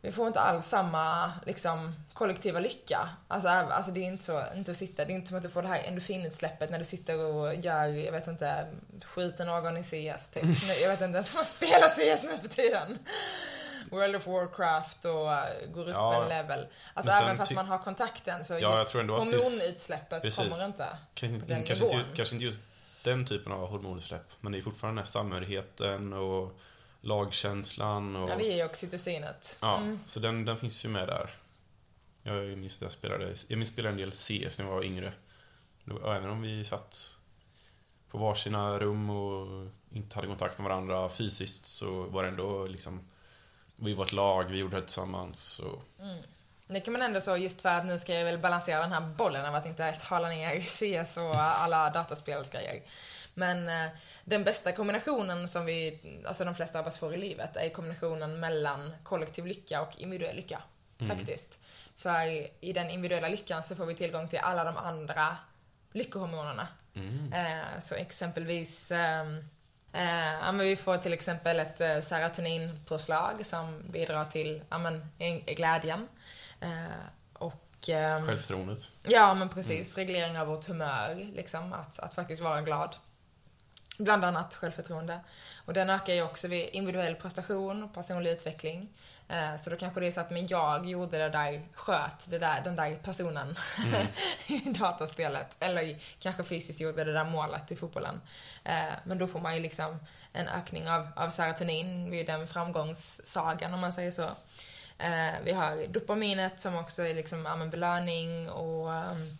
B: vi får inte alls samma liksom, kollektiva lycka. Alltså, alltså det är inte så inte att sitta, det är inte som att du får det här endorfinutsläppet när du sitter och gör, jag vet inte, skjuter någon i C S typ. Jag vet inte ens om man spelar C S nu för tiden. World of Warcraft och går upp ja, en level. Alltså även fast man har kontakten så
A: ja,
B: just hormonutsläppet
A: precis.
B: kommer inte
A: kanske,
B: på den
A: kanske,
B: nivån.
A: inte, kanske inte just den typen av hormonutsläpp, men det är fortfarande den här samhörigheten och lagkänslan och...
B: Ja, det är ju oxytocinet.
A: Ja,
B: mm.
A: så den, den finns ju med där. Jag minns att jag spelade, jag minns spelade en del C S när jag var yngre. Och även om vi satt på varsina rum och inte hade kontakt med varandra fysiskt så var det ändå liksom, vi var ett lag, vi gjorde det tillsammans. Och...
B: Mm. Det kan man ändå så, just för att nu ska jag väl balansera den här bollen av att inte hala ner C S och alla dataspelsgrejer. Men eh, den bästa kombinationen som vi, alltså de flesta av oss får i livet är kombinationen mellan kollektiv lycka och individuell lycka. Mm. Faktiskt. För i den individuella lyckan så får vi tillgång till alla de andra lyckohormonerna. Mm. Eh, så exempelvis eh, eh, ja, men vi får till exempel ett eh, serotoninpåslag som bidrar till ja, men, glädjen. Eh, och eh,
A: självförtroendet.
B: Ja, men precis. Mm. Reglering av vårt humör, liksom, att, att faktiskt vara glad. Bland annat självförtroende. Och den ökar ju också vid individuell prestation och personlig utveckling. Eh, så då kanske det är så att men jag gjorde det där, sköt det där, den där personen mm. i dataspelet. Eller kanske fysiskt gjorde det där målet i fotbollen. Eh, men då får man ju liksom en ökning av, av serotonin vid den framgångssagan, om man säger så. Eh, vi har dopaminet som också är liksom ja, men belöning och um,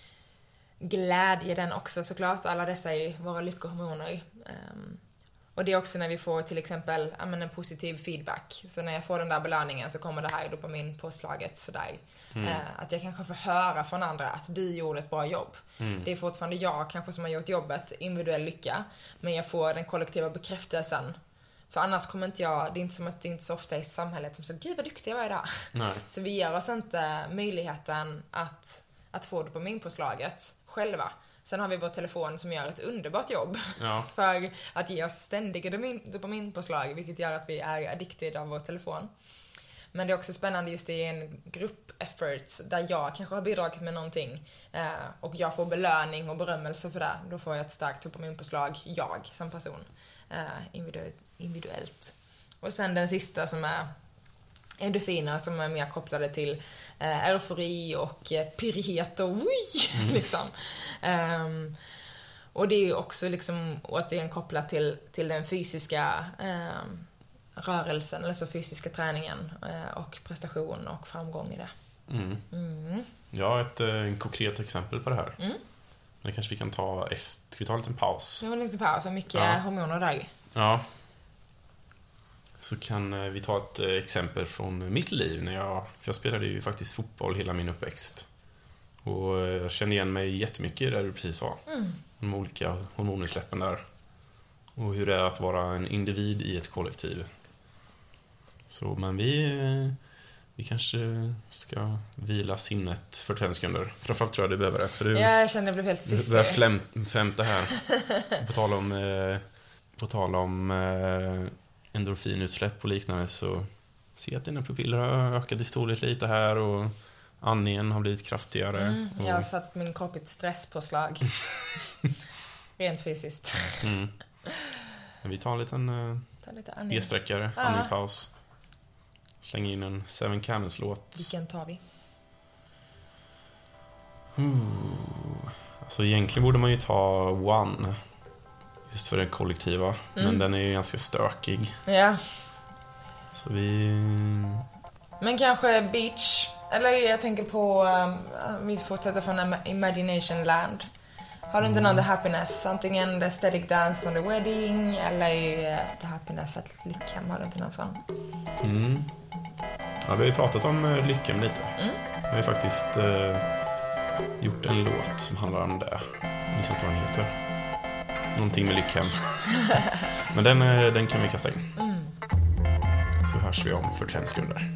B: glädje den också såklart. Alla dessa är våra lyckohormoner. Um, och det är också när vi får till exempel ja, men en positiv feedback. Så när jag får den där belöningen så kommer det här dopaminpåslaget sådär. Mm. Eh, att jag kanske får höra från andra att du gjorde ett bra jobb. Mm. Det är fortfarande jag kanske som har gjort jobbet, individuell lycka. Men jag får den kollektiva bekräftelsen. För annars kommer inte jag, det är inte som att det inte så ofta är i samhället som så, gud vad duktig jag var idag. Nej. Så vi ger oss inte möjligheten att, att få dopaminpåslaget själva. Sen har vi vår telefon som gör ett underbart jobb ja. för att ge oss ständiga dopaminpåslag, vilket gör att vi är addicted av vår telefon. Men det är också spännande just i en grupp effort där jag kanske har bidragit med någonting eh, och jag får belöning och berömmelse för det. Då får jag ett starkt dopaminpåslag, jag som person, eh, individuellt. Och sen den sista som är endorfiner som är mer kopplade till eh, eufori och eh, pyrighet och wui, mm. liksom. Um, och det är ju också liksom återigen kopplat till, till den fysiska um, rörelsen, eller så fysiska träningen uh, och prestation och framgång i det.
A: Mm. Mm. Ja, ett uh, konkret exempel på det här. Mm. Det kanske vi kan ta efter, ska vi ta en liten paus?
B: Ja, en liten paus, mycket ja. hormoner där.
A: Ja. Så kan vi ta ett exempel från mitt liv. När jag, för jag spelade ju faktiskt fotboll hela min uppväxt. Och jag känner igen mig jättemycket där du precis sa. Mm. De olika hormonutsläppen där. Och hur det är att vara en individ i ett kollektiv. Så, men vi, vi kanske ska vila sinnet fyrtiofem sekunder. Framförallt tror jag du behöver det. För du,
B: ja, jag känner att jag blev helt sissig.
A: Du börjar fläm, flämta här. På tal om... Eh, på tal om eh, endorfinutsläpp och liknande så ser jag att dina pupiller har ökat i storlek lite här och andningen har blivit kraftigare.
B: Mm,
A: och...
B: Jag har satt min kropp i ett stresspåslag. Rent fysiskt.
A: Mm. Men vi tar en liten uh, B-sträckare, ah. andningspaus. Slänger in en Seven Camels-låt.
B: Vilken tar vi?
A: Uh. Alltså egentligen borde man ju ta One. Just för den kollektiva. Mm. Men den är ju ganska stökig.
B: Ja.
A: Så vi...
B: Men kanske Beach. Eller jag tänker på... Um, vi fortsätter från Imagination Land. Har du inte mm. någon The Happiness? Antingen The Static Dance on the Wedding. Eller uh, The Happiness at Lyckan. Har du inte någon sån?
A: Mm. Ja, vi har ju pratat om uh, Lyckan lite. Mm. Vi har ju faktiskt uh, gjort en låt som handlar om det. Jag minns inte vad den heter. Någonting med Lyckhem. Men den, den kan vi kasta in. Mm. Så hörs vi om fyrtiofem sekunder.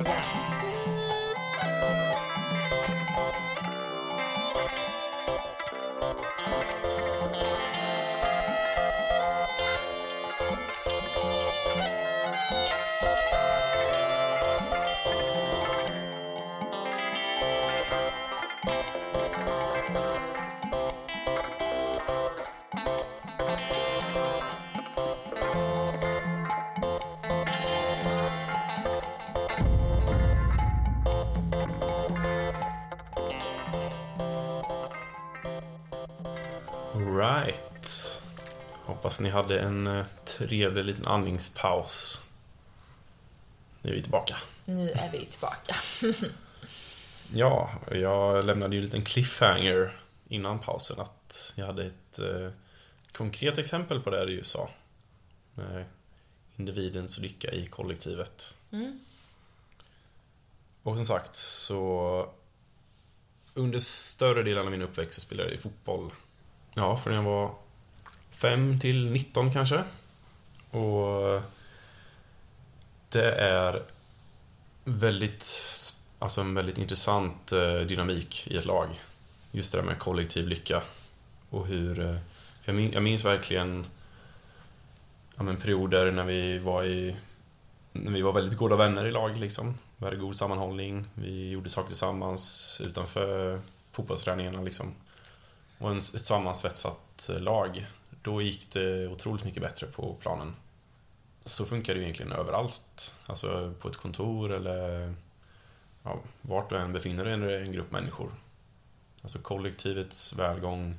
A: Alright. Hoppas ni hade en eh, trevlig liten andningspaus. Nu är vi tillbaka.
B: Nu är vi tillbaka.
A: Ja, jag lämnade ju en liten cliffhanger innan pausen att jag hade ett eh, konkret exempel på det du sa. Med individens lycka i kollektivet.
B: Mm.
A: Och som sagt så under större delen av min uppväxt så spelade jag fotboll. Ja, från jag var fem till nitton kanske. Och det är väldigt, alltså en väldigt intressant dynamik i ett lag. Just det där med kollektiv lycka. Och hur, jag minns, jag minns verkligen ja, men perioder när vi var i när vi var väldigt goda vänner i lag liksom. Vi hade god sammanhållning, vi gjorde saker tillsammans utanför fotbollsträningarna liksom. Och en, ett sammansvetsat lag. Då gick det otroligt mycket bättre på planen. Så funkar det ju egentligen överallt. Alltså på ett kontor eller ja, vart du än befinner dig i en grupp människor. Alltså kollektivets välgång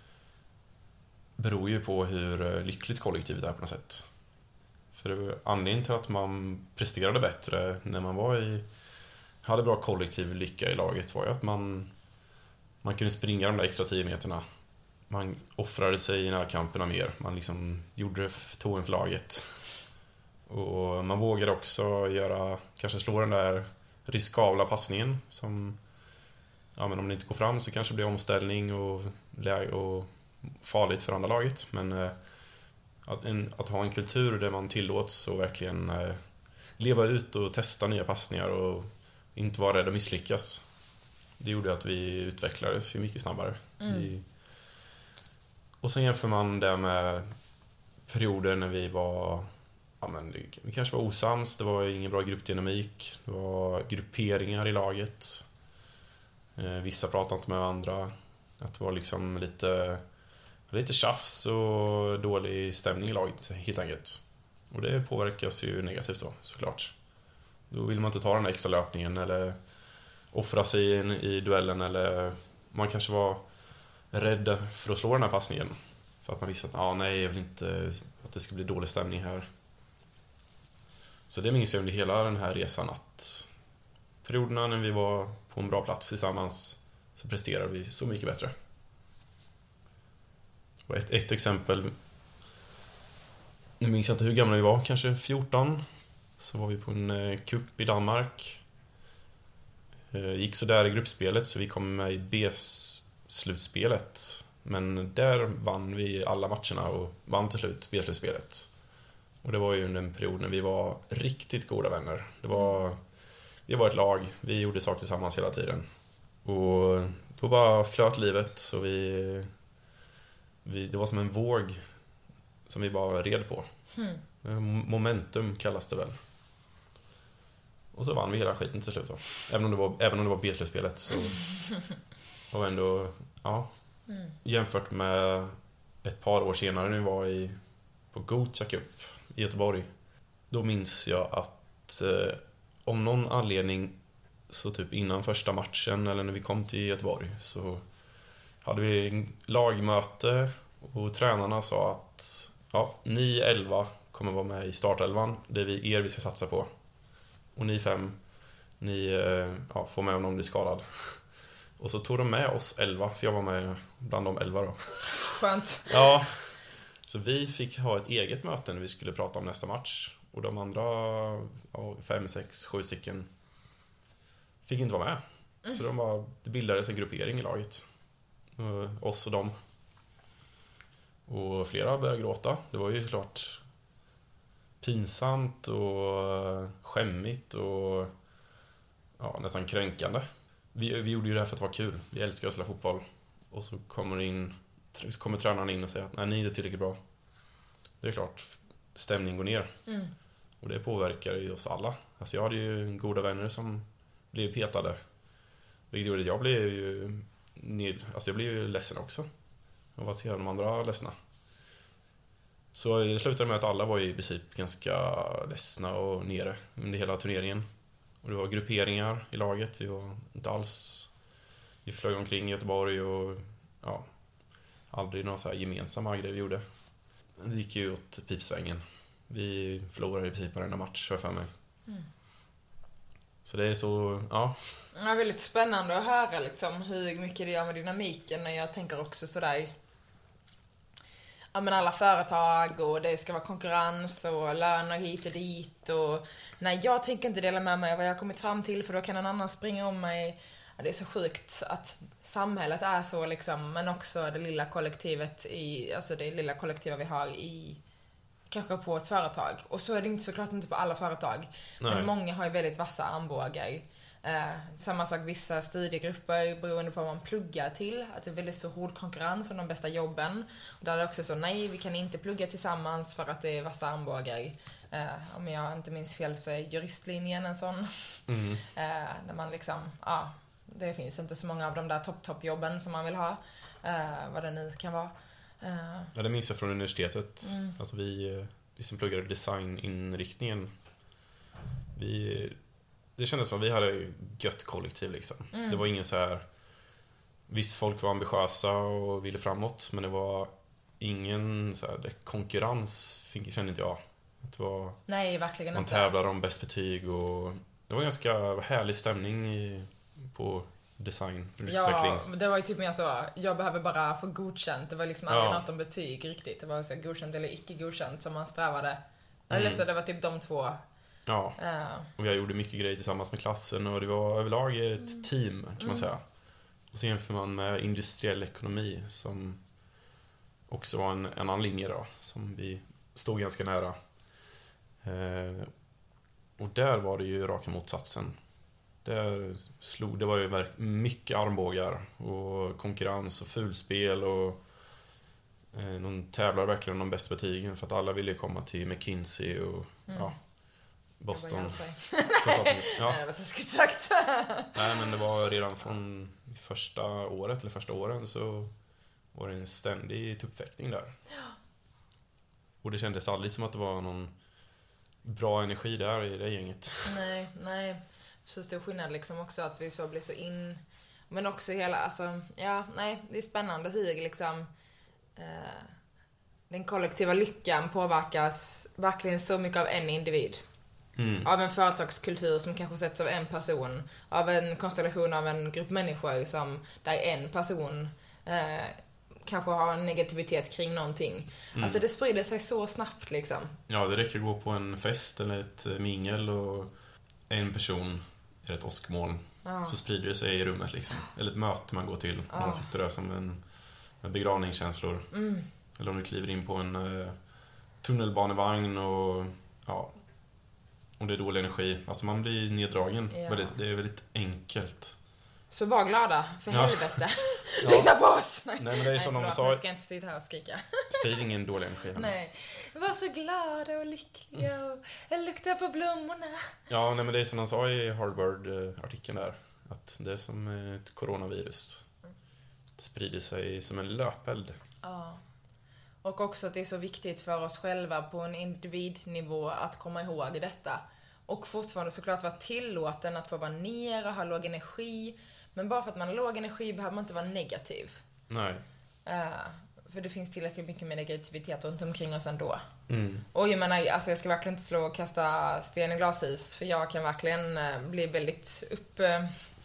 A: beror ju på hur lyckligt kollektivet är på något sätt. För anledningen till att man presterade bättre när man var i hade bra kollektiv lycka i laget var ju att man man kunde springa de där extra tio meterna. Man offrade sig i närkamperna mer. Man liksom gjorde det tog en för laget. Och man vågade också göra kanske slå den där riskabla passningen som ja, men om det inte går fram så kanske det blir omställning och, och farligt för andra laget. Men eh, att, en, att ha en kultur där man tillåts och verkligen eh, leva ut och testa nya passningar och inte vara rädd att misslyckas. Det gjorde att vi utvecklades ju mycket snabbare.
B: Mm.
A: Vi, och sen jämför man det med perioder när vi var ja, men vi kanske var osams, det var ingen bra gruppdynamik, det var grupperingar i laget. Eh, vissa pratade inte med andra. Att det var liksom lite lite tjafs och dålig stämning i laget helt enkelt. Och det påverkas ju negativt då, såklart. Då vill man inte ta den där extra löpningen eller offra sig i, i duellen eller man kanske var rädd för att slå den här passningen. För att man visste att ah, nej, jag vill inte att det ska bli dålig stämning här. Så det minns jag under hela den här resan att perioderna när vi var på en bra plats tillsammans så presterade vi så mycket bättre. Och ett, ett exempel, nu minns jag inte hur gamla vi var, kanske fjorton. Så var vi på en eh, cup i Danmark. Eh, gick så där i gruppspelet så vi kom med i B-slutspelet. Men där vann vi alla matcherna och vann till slut B-slutspelet. Och det var ju under en period när vi var riktigt goda vänner. Det var, vi var ett lag, vi gjorde saker tillsammans hela tiden. Och då bara flöt livet så vi, vi det var som en våg som vi bara red på.
B: Mm.
A: Momentum kallas det väl. Och så vann vi hela skiten till slut då. Även om det var, även om det var B-slutspelet så var ändå, ja.
B: Mm.
A: Jämfört med ett par år senare när vi var i, på Gothia Cup i Göteborg. Då minns jag att eh, om någon anledning så typ innan första matchen eller när vi kom till Göteborg så hade vi en lagmöte och tränarna sa att ja, ni elva kommer vara med i startelvan. Det är vi, er vi ska satsa på. Och ni fem, ni ja, får med om någon blir skadad. Och så tog de med oss elva, för jag var med bland de elva då.
B: Skönt.
A: Ja, så vi fick ha ett eget möte när vi skulle prata om nästa match. Och de andra, ja, fem, sex, sju stycken fick inte vara med. Så de var, det bildades en gruppering i laget. Oss och dem. Och flera började gråta. Det var ju såklart pinsamt och skämmigt och ja, nästan kränkande. Vi, vi gjorde ju det här för att det var kul. Vi älskar att spela fotboll. Och så kommer, in, kommer tränaren in och säger att nej, ni är tillräckligt bra. Det är klart, stämning går ner.
B: Mm.
A: Och det påverkar ju oss alla. Alltså jag hade ju goda vänner som blev petade. Vilket gjorde att jag blev ju alltså jag blev ju ledsen också. Och vad ser de andra ledsna? Så det slutade med att alla var i princip ganska ledsna och nere under hela turneringen. Och det var grupperingar i laget. Vi var inte alls... Vi flög omkring i Göteborg och ja, aldrig några så här gemensamma grejer vi gjorde. Det gick ju åt pipsvängen. Vi förlorade i princip varenda match, för mig. Mm. Så det är så, ja.
B: Det är väldigt spännande att höra liksom hur mycket det gör med dynamiken. Och jag tänker också sådär, ja men alla företag och det ska vara konkurrens och löner hit och dit. Och nej, jag tänker inte dela med mig av vad jag har kommit fram till, för då kan någon annan springa om mig. Ja, det är så sjukt att samhället är så liksom, men också det lilla kollektivet i, alltså det lilla kollektiva vi har i, kanske på ett företag. Och så är det inte, såklart inte på alla företag. Nej. Men många har ju väldigt vassa armbågar. Eh, samma sak vissa studiegrupper beroende på vad man pluggar till. Att det är väldigt så hård konkurrens om de bästa jobben. Och där är det också så, nej vi kan inte plugga tillsammans för att det är vassa armbågar. Eh, om jag inte minns fel så är juristlinjen en sån. Mm. eh, där man liksom, ja, det finns inte så många av de där topp-topp-jobben som man vill ha. Eh, vad det nu kan vara. Uh.
A: Ja, det minns jag från universitetet. Mm. Alltså vi, vi som pluggade designinriktningen, vi, det kändes som att vi hade gött kollektiv liksom. Mm. Det var ingen så här, visst folk var ambitiösa och ville framåt, men det var ingen så här, det konkurrens kände inte jag. Det var,
B: nej, verkligen
A: man
B: inte.
A: tävlade om bäst betyg och det var ganska härlig stämning i, på design.
B: Ja, det var ju typ mer så, jag behöver bara få godkänt. Det var liksom aldrig ja. något om betyg riktigt. Det var så godkänt eller icke godkänt som man strävade. Mm. Eller så det var typ de två.
A: Ja, uh. och vi gjorde mycket grejer tillsammans med klassen och det var överlag ett mm. team kan man mm. säga. Och så jämför man med industriell ekonomi som också var en, en annan linje då, som vi stod ganska nära. Uh, och där var det ju raka motsatsen. Det, slog, det var ju mycket armbågar och konkurrens och fulspel och eh, de tävlar verkligen om de bästa betygen för att alla ville komma till McKinsey och mm. ja, Boston.
B: Nej, ja. Nej, det var taskigt sagt.
A: Nej, men det var redan från första året eller första åren så var det en ständig tuppfäktning där. Ja. Och det kändes aldrig som att det var någon bra energi där i det gänget.
B: Nej, nej. Så stor skillnad liksom också att vi så blir så in, men också hela, alltså, ja, nej, det är spännande hur liksom eh, den kollektiva lyckan påverkas verkligen så mycket av en individ. Mm. Av en företagskultur som kanske sätts av en person, av en konstellation av en grupp människor som där en person eh, kanske har en negativitet kring någonting. Mm. Alltså det sprider sig så snabbt liksom.
A: Ja, det räcker att gå på en fest eller ett mingel och en person är ett åskmoln ja. Så sprider det sig i rummet liksom. Eller ett möte man går till ja. Man sitter där som en, en begravningskänslor. Mm. Eller om du kliver in på en uh, tunnelbanevagn och ja, om det är dålig energi. Alltså man blir neddragen. Ja. Men det, det är väldigt enkelt.
B: Så var glada, för ja. helvete. Ja. Lyssna på oss! Nej,
A: Nej men det är som
B: Nej,
A: de sa.
B: Jag ska inte sitta här och skrika.
A: Sprid ingen dålig energi.
B: Nej. Var så glada och lyckliga och jag luktar på blommorna.
A: Ja, nej men det är som de sa i Harvard-artikeln där. Att det är som ett coronavirus. Det sprider sig som en löpeld.
B: Ja. Och också att det är så viktigt för oss själva på en individnivå att komma ihåg detta. Och fortfarande såklart vara tillåten att få vara ner och ha låg energi. Men bara för att man har låg energi behöver man inte vara negativ.
A: Nej.
B: Uh, för det finns tillräckligt mycket med negativitet runt omkring oss ändå.
A: Mm.
B: Och jag menar, alltså jag ska verkligen inte slå och kasta sten i glashus. För jag kan verkligen uh, bli väldigt upp... Uh,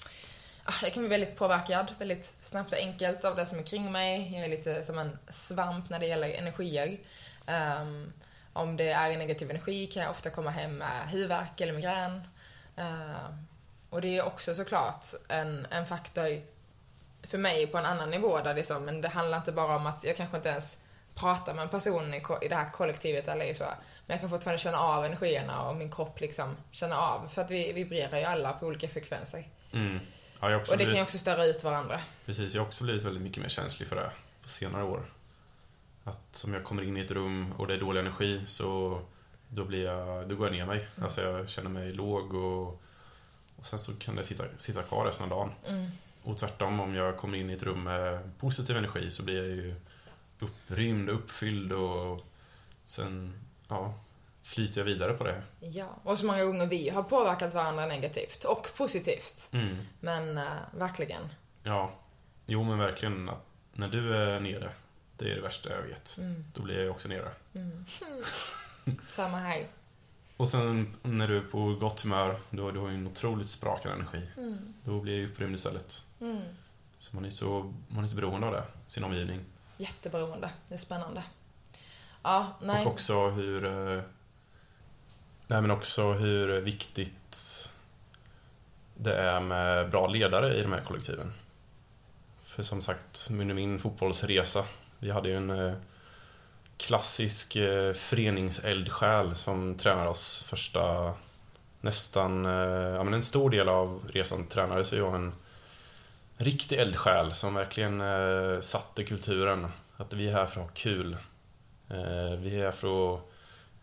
B: jag kan bli väldigt påverkad, väldigt snabbt och enkelt av det som är kring mig. Jag är lite som en svamp när det gäller energier. Um, Om det är negativ energi kan jag ofta komma hem med huvudvärk eller migrän. Uh, och det är också såklart en, en faktor för mig på en annan nivå där det är så, men det handlar inte bara om att jag kanske inte ens pratar med en person i, i det här kollektivet eller så. Men jag kan fortfarande känna av energierna och min kropp liksom känna av. För att vi vibrerar ju alla på olika frekvenser.
A: Mm. Ja, jag också
B: och det
A: blivit,
B: kan ju också störa ut varandra.
A: Precis, jag har också blivit väldigt mycket mer känslig för det på senare år. Att om jag kommer in i ett rum och det är dålig energi så då, blir jag, då går jag ner mig. Mm. Alltså jag känner mig låg och, och sen så kan det sitta, sitta kvar resten av dagen. Mm. Och tvärtom, om jag kommer in i ett rum med positiv energi så blir jag ju upprymd och uppfylld och sen ja, flyter jag vidare på det.
B: Ja, och så många gånger vi har påverkat varandra negativt och positivt.
A: Mm.
B: Men uh, verkligen.
A: Ja, jo men verkligen att när du är nere Det är det värsta jag vet.
B: Mm.
A: Då blir jag också nere.
B: Mm. Samma här.
A: Och sen när du är på gott humör, då du har ju en otroligt sprakande energi.
B: Mm.
A: Då blir jag upprymd istället.
B: Mm.
A: Så man är så, man är så beroende av det, sin omgivning.
B: Jätteberoende. Det är spännande. Ja, nej.
A: Och också hur... eh, Nej, men också hur viktigt det är med bra ledare i de här kollektiven. För som sagt, under min fotbollsresa, vi hade ju en eh, klassisk eh, föreningseldsjäl som tränade oss första, nästan, eh, ja men en stor del av resan tränade så jag en riktig eldsjäl som verkligen eh, satte kulturen. Att vi är här för att ha kul. Eh, vi är här för att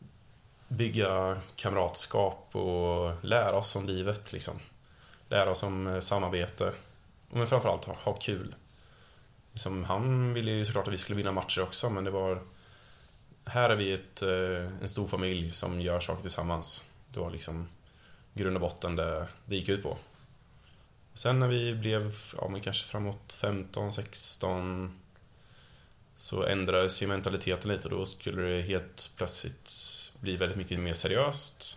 A: bygga kamratskap och lära oss om livet liksom. Lära oss om eh, samarbete. Men framförallt ha, ha kul. Liksom, han ville ju såklart att vi skulle vinna matcher också, men det var... Här är vi ett, eh, en stor familj som gör saker tillsammans. Det var liksom grund och botten det, det gick ut på. Sen när vi blev, ja men kanske framåt femton sexton så ändrades ju mentaliteten lite och då skulle det helt plötsligt bli väldigt mycket mer seriöst.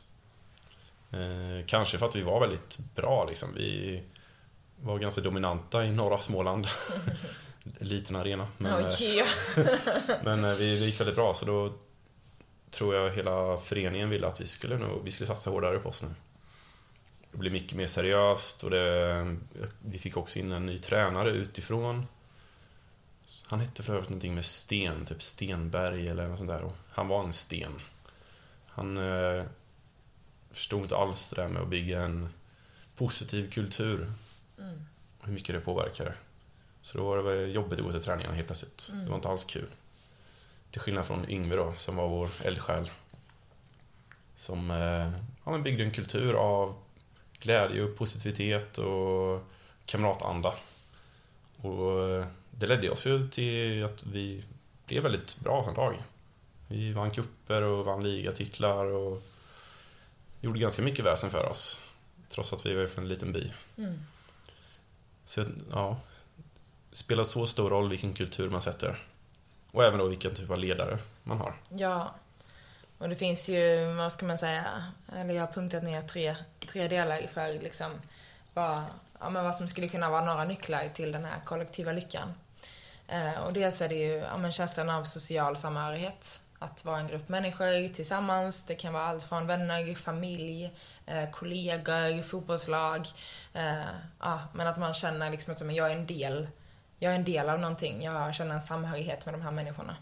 A: Eh, kanske för att vi var väldigt bra liksom. Vi var ganska dominanta i norra Småland. Liten arena. Men,
B: Oh, yeah.
A: men vi, det gick väldigt bra så då tror jag hela föreningen ville att vi skulle, nog, vi skulle satsa hårdare på oss nu. Det blev mycket mer seriöst och det, vi fick också in en ny tränare utifrån. Han hette för övrigt någonting med sten, typ Stenberg eller något sånt där. Och han var en sten. Han eh, förstod inte alls det där med att bygga en positiv kultur.
B: Mm.
A: Hur mycket det påverkade. Så då var det jobbigt att gå till träningarna helt plötsligt.
B: Mm.
A: Det var inte alls kul. Till skillnad från Yngve då, som var vår eldsjäl. Som eh, ja, men byggde en kultur av glädje och positivitet och kamratanda. Och eh, det ledde oss ju till att vi blev väldigt bra som lag. Vi vann kupper och vann ligatitlar och gjorde ganska mycket väsen för oss. Trots att vi var från en liten by.
B: Mm.
A: Så ja, spelar så stor roll vilken kultur man sätter. Och även då vilken typ av ledare man har.
B: Ja, och det finns ju, vad ska man säga, eller jag har punktat ner tre, tre delar för liksom vad, ja, men vad som skulle kunna vara några nycklar till den här kollektiva lyckan. Eh, och dels är det ju ja, men känslan av social samhörighet. Att vara en grupp människor tillsammans. Det kan vara allt från vänner, familj, eh, kollegor, fotbollslag. Eh, ja, men att man känner liksom att jag är en del Jag är en del av någonting. Jag känner en samhörighet med de här människorna.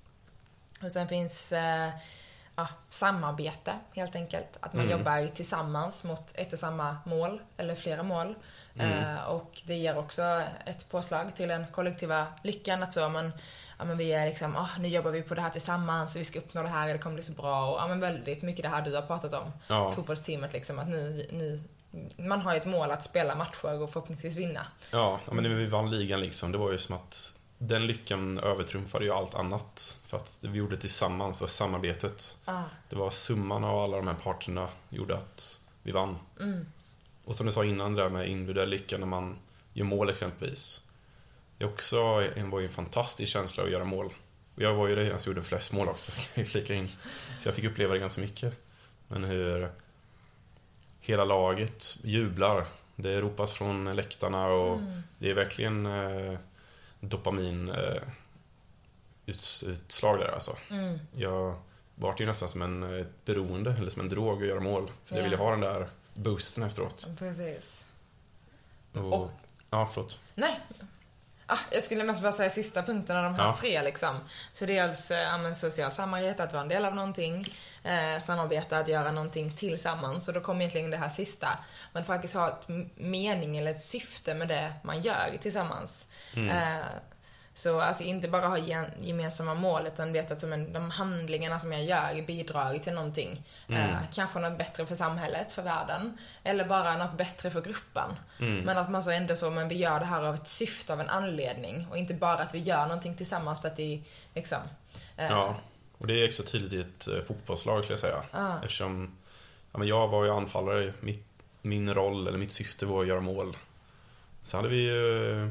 B: Och sen finns eh, ja, samarbete, helt enkelt. Att man mm. jobbar tillsammans mot ett och samma mål, eller flera mål. Mm. Eh, och det ger också ett påslag till den kollektiva lyckan. Att så, man, ja, men vi är liksom, oh, nu jobbar vi på det här tillsammans, vi ska uppnå det här, det kommer bli så bra. Och ja, men väldigt mycket det här du har pratat om. Ja. Fotbollsteamet, liksom, att nu... nu man har ju ett mål att spela matcher och förhoppningsvis vinna.
A: Ja, men när vi vann ligan liksom, det var ju som att den lyckan övertrumfade ju allt annat. För att vi gjorde det tillsammans och samarbetet. Ah. Det var summan av alla de här parterna gjorde att vi vann. Mm. Och som du sa innan, det där med individuell lycka när man gör mål exempelvis. Det är också en, var ju en fantastisk känsla att göra mål. Och jag var ju det, jag gjorde flest mål också, kan jag flika in. Så jag fick uppleva det ganska mycket. Men hur... Hela laget jublar. Det ropas från läktarna och mm. det är verkligen eh, dopamin eh, uts, utslag där alltså. Mm. Jag var ju nästan som en eh, beroende eller som en drog att göra mål. För yeah. jag ville ha den där boosten efteråt.
B: Precis.
A: Och,
B: och,
A: ja, förlåt.
B: Nej. Ah, jag skulle mest bara säga sista punkten av de här ja. tre liksom. Så dels eh, social samarbete, att vara en del av någonting, eh, samarbeta, att göra någonting tillsammans. Och då kommer egentligen det här sista. Man faktiskt har ett mening eller ett syfte med det man gör tillsammans. Mm. Eh, så alltså inte bara ha gemensamma mål, utan veta att en, de handlingarna som jag gör bidrar till någonting. Mm. Eh, kanske något bättre för samhället, för världen. Eller bara något bättre för gruppen. Mm. Men att man så ändå så, men vi gör det här av ett syfte, av en anledning. Och inte bara att vi gör någonting tillsammans för att det liksom... Eh.
A: Ja, och det är extra tydligt i ett eh, fotbollslag skulle jag säga. Ah. Eftersom ja, men jag var ju anfallare. Mitt, min roll, eller mitt syfte var att göra mål. Så hade vi ju...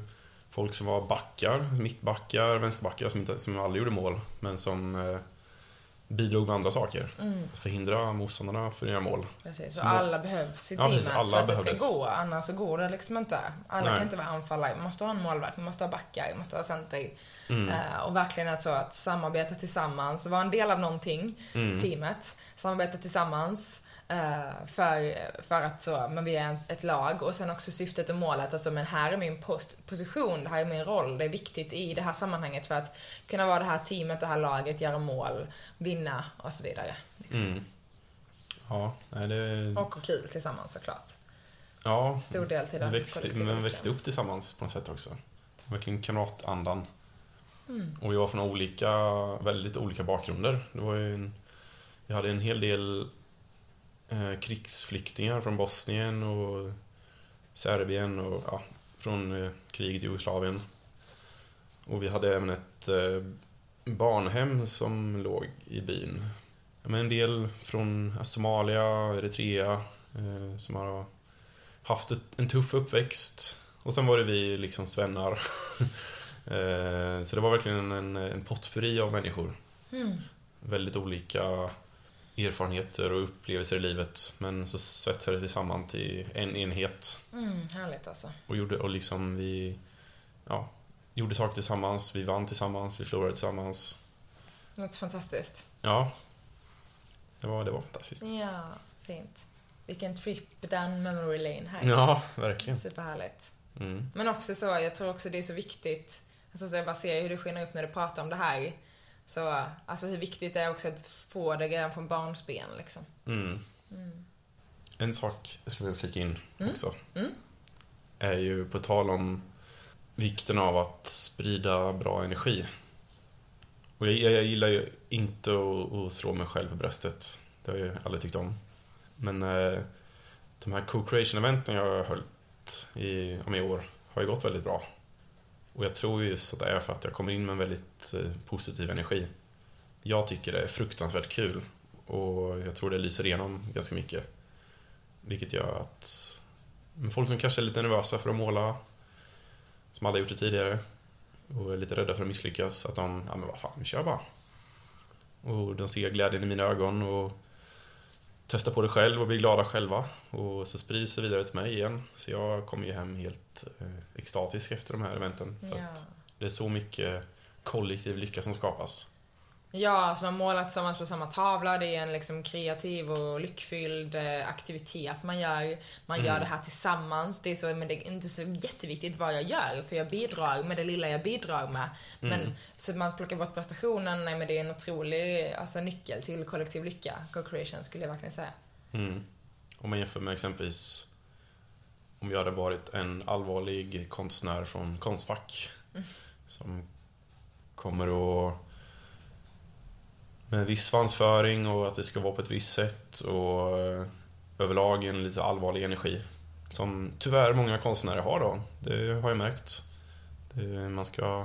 A: folk som var backar, mittbackar, vänsterbackar som, inte, som aldrig gjorde mål, men som eh, bidrog med andra saker. Mm. Att förhindra motståndarna för att göra mål.
B: Precis, och alla behövs i
A: ja,
B: teamet
A: precis, alla
B: för att
A: behövdes.
B: det ska gå. Annars så går det liksom inte. Alla
A: Nej.
B: kan inte vara anfallare. Man måste ha en målvakt, man måste ha backar, man måste ha center.
A: Mm.
B: Uh, och verkligen att, så att samarbeta tillsammans, vara en del av någonting, mm. teamet. Samarbeta tillsammans. Uh, för, för att så, men vi är ett lag, och sen också syftet och målet, alltså, men här är min post, position, det här är min roll, det är viktigt i det här sammanhanget för att kunna vara det här teamet, det här laget, göra mål, vinna och så vidare liksom.
A: Mm. Ja, nej, det...
B: Och kul tillsammans såklart.
A: Ja,
B: stor del till den
A: växte, men växte upp tillsammans på något sätt också. Verkligen kamratandan.
B: Mm.
A: Och vi var från olika, väldigt olika bakgrunder. Det var ju en, vi hade en hel del eh, krigsflyktingar från Bosnien och Serbien och ja, från eh, kriget i Jugoslavien. Och vi hade även ett eh, barnhem som låg i byn. Men en del från Somalia, Eritrea eh, som har haft ett, en tuff uppväxt. Och sen var det vi liksom svennar. eh, så det var verkligen en, en potpurri av människor.
B: Mm.
A: Väldigt olika erfarenheter och upplevelser i livet, men så svetsades vi samman till en enhet.
B: Mm, härligt alltså.
A: Och gjorde, och liksom vi ja, gjorde saker tillsammans, vi vann tillsammans, vi förlorade tillsammans.
B: Något fantastiskt.
A: Ja, det var, det var fantastiskt.
B: Ja, fint. Vilken trip down memory lane här.
A: Ja, verkligen.
B: Superhärligt.
A: Mm.
B: Men också så, jag tror också det är så viktigt, alltså så jag bara ser hur det skiner upp när du pratar om det här. Så, alltså hur viktigt det är också att få det redan från barnsben liksom.
A: Mm.
B: Mm.
A: En sak jag skulle vilja flika in
B: Mm.
A: också
B: Mm.
A: är ju på tal om vikten av att sprida bra energi. Och jag, jag gillar ju inte att, att slå mig själv på bröstet. Det har jag ju aldrig tyckt om. Men eh, de här co-creation-eventen jag har hållit i, om i år har ju gått väldigt bra. Och jag tror just att det är för att jag kommer in med en väldigt eh, positiv energi. Jag tycker det är fruktansvärt kul. Och jag tror det lyser igenom ganska mycket. Vilket gör att men folk som kanske är lite nervösa för att måla, som aldrig gjort det tidigare, och är lite rädda för att misslyckas, att de, ja men vad fan, vi kör bara. Och de ser glädjen i mina ögon och testar på det själv och blir glada själva. Och så sprids det vidare till mig igen. Så jag kommer ju hem helt eh, extatisk efter de här eventen. För
B: Ja.
A: att det är så mycket kollektiv lycka som skapas.
B: Ja, alltså man målar tillsammans på samma tavla. Det är en liksom kreativ och lyckfylld eh, aktivitet man gör. Man
A: Mm.
B: gör det här tillsammans. Det är så, men det är inte så jätteviktigt vad jag gör, för jag bidrar med det lilla jag bidrar med. Men
A: Mm.
B: så att man plockar bort prestationen, nej men det är en otrolig alltså, nyckel till kollektiv lycka. Co-creation skulle jag verkligen säga.
A: Mm. Om man jämför med exempelvis om jag hade varit en allvarlig konstnär från Konstfack
B: Mm.
A: som kommer att med en viss svansföring och att det ska vara på ett visst sätt och eh, överlag en lite allvarlig energi som tyvärr många konstnärer har då. Det har jag märkt. Det, man ska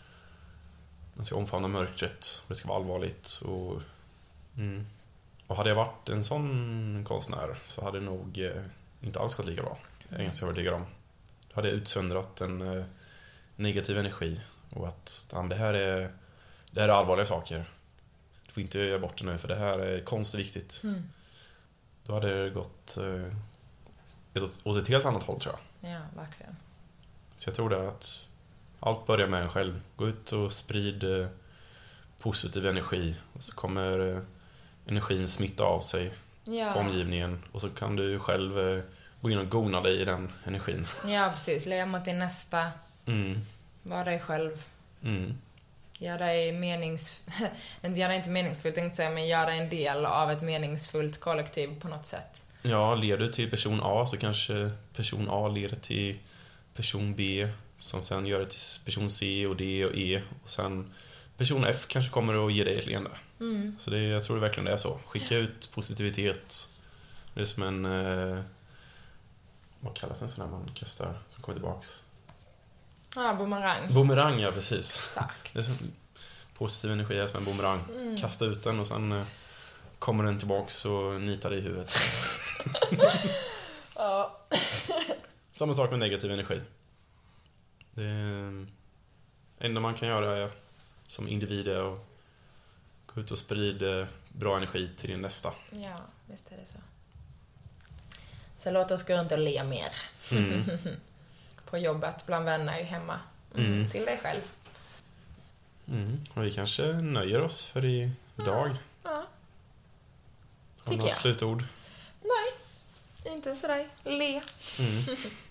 A: man ska omfamna mörkret och det ska vara allvarligt och mm. och hade jag varit en sån konstnär så hade det nog eh, inte alls gått lika bra. Jag är ganska övertygad om. Då hade jag utsöndrat en eh, negativ energi och att ja, det här är det här är allvarliga saker. Du får inte göra bort det nu för det här är konst är viktigt.
B: Mm.
A: Då hade det gått eh, åt ett helt annat håll tror jag.
B: Ja, verkligen.
A: Så jag tror det att allt börjar med en själv. Gå ut och sprid eh, positiv energi och så kommer eh, energin smitta av sig
B: Ja.
A: på omgivningen och så kan du själv eh, gå in och gona dig i den energin.
B: Ja, precis. Leva mot din nästa.
A: Mm.
B: Var dig själv.
A: Mm.
B: Gör dig menings... gör dig inte meningsfullt, tänkte jag säga, men gör dig en del av ett meningsfullt kollektiv på något sätt.
A: Ja, leder du till person A så kanske person A leder till person B som sen gör det till person C och D och E och sen person F kanske kommer att ge dig ett leende.
B: Mm.
A: Så det, jag tror det verkligen det är så. Skicka ut positivitet. Det är som en eh, vad kallas en sån här man kastar som kommer tillbaks?
B: Ja, boomerang.
A: Boomerang, ja precis.
B: Exakt.
A: Det är som, positiv energi är som en boomerang.
B: Mm.
A: Kasta ut den och sen eh, kommer den tillbaks och nitar dig i huvudet.
B: Ja.
A: Samma sak med negativ energi. Det enda man kan göra är, som individ är att gå ut och sprida bra energi till din nästa.
B: Ja, visst är det så. Så låt oss gå runt och le mer.
A: Mm.
B: På jobbet, bland vänner, hemma. Mm.
A: Mm.
B: Till dig själv.
A: Mm. Och vi kanske nöjer oss för idag.
B: Ja.
A: Har du
B: Tycker
A: några
B: jag.
A: slutord?
B: Nej, inte sådär. Le.
A: Mm.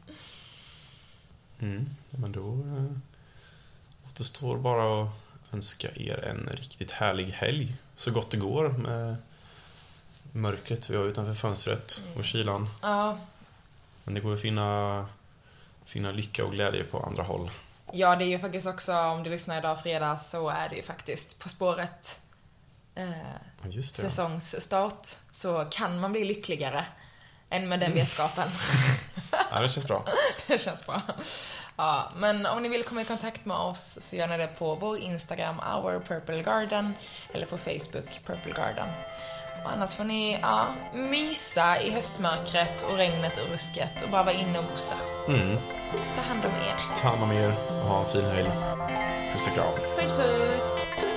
A: Mm. Ja, men då äh, återstår bara att önska er en riktigt härlig helg. Så gott det går med mörkret vi har utanför fönstret och kylan.
B: Ja.
A: Men det går att finna, finna lycka och glädje på andra håll.
B: Ja, det är ju faktiskt också, om du lyssnar idag fredag, så är det ju faktiskt På spåret eh,
A: Ja, just det.
B: säsongsstart. Så kan man bli lyckligare än med den vetskapen.
A: Ja, det känns bra.
B: Det känns bra. Ja, men om ni vill komma i kontakt med oss så gör ni det på vår Instagram, Our Purple Garden, eller på Facebook, Purple Garden. Och annars får ni ja, mysa i höstmörkret och regnet och rusket och bara vara inne och gossa.
A: Mm.
B: Ta hand om er.
A: Ta hand om er och ha en fin helg. Puss och kram.
B: Puss puss!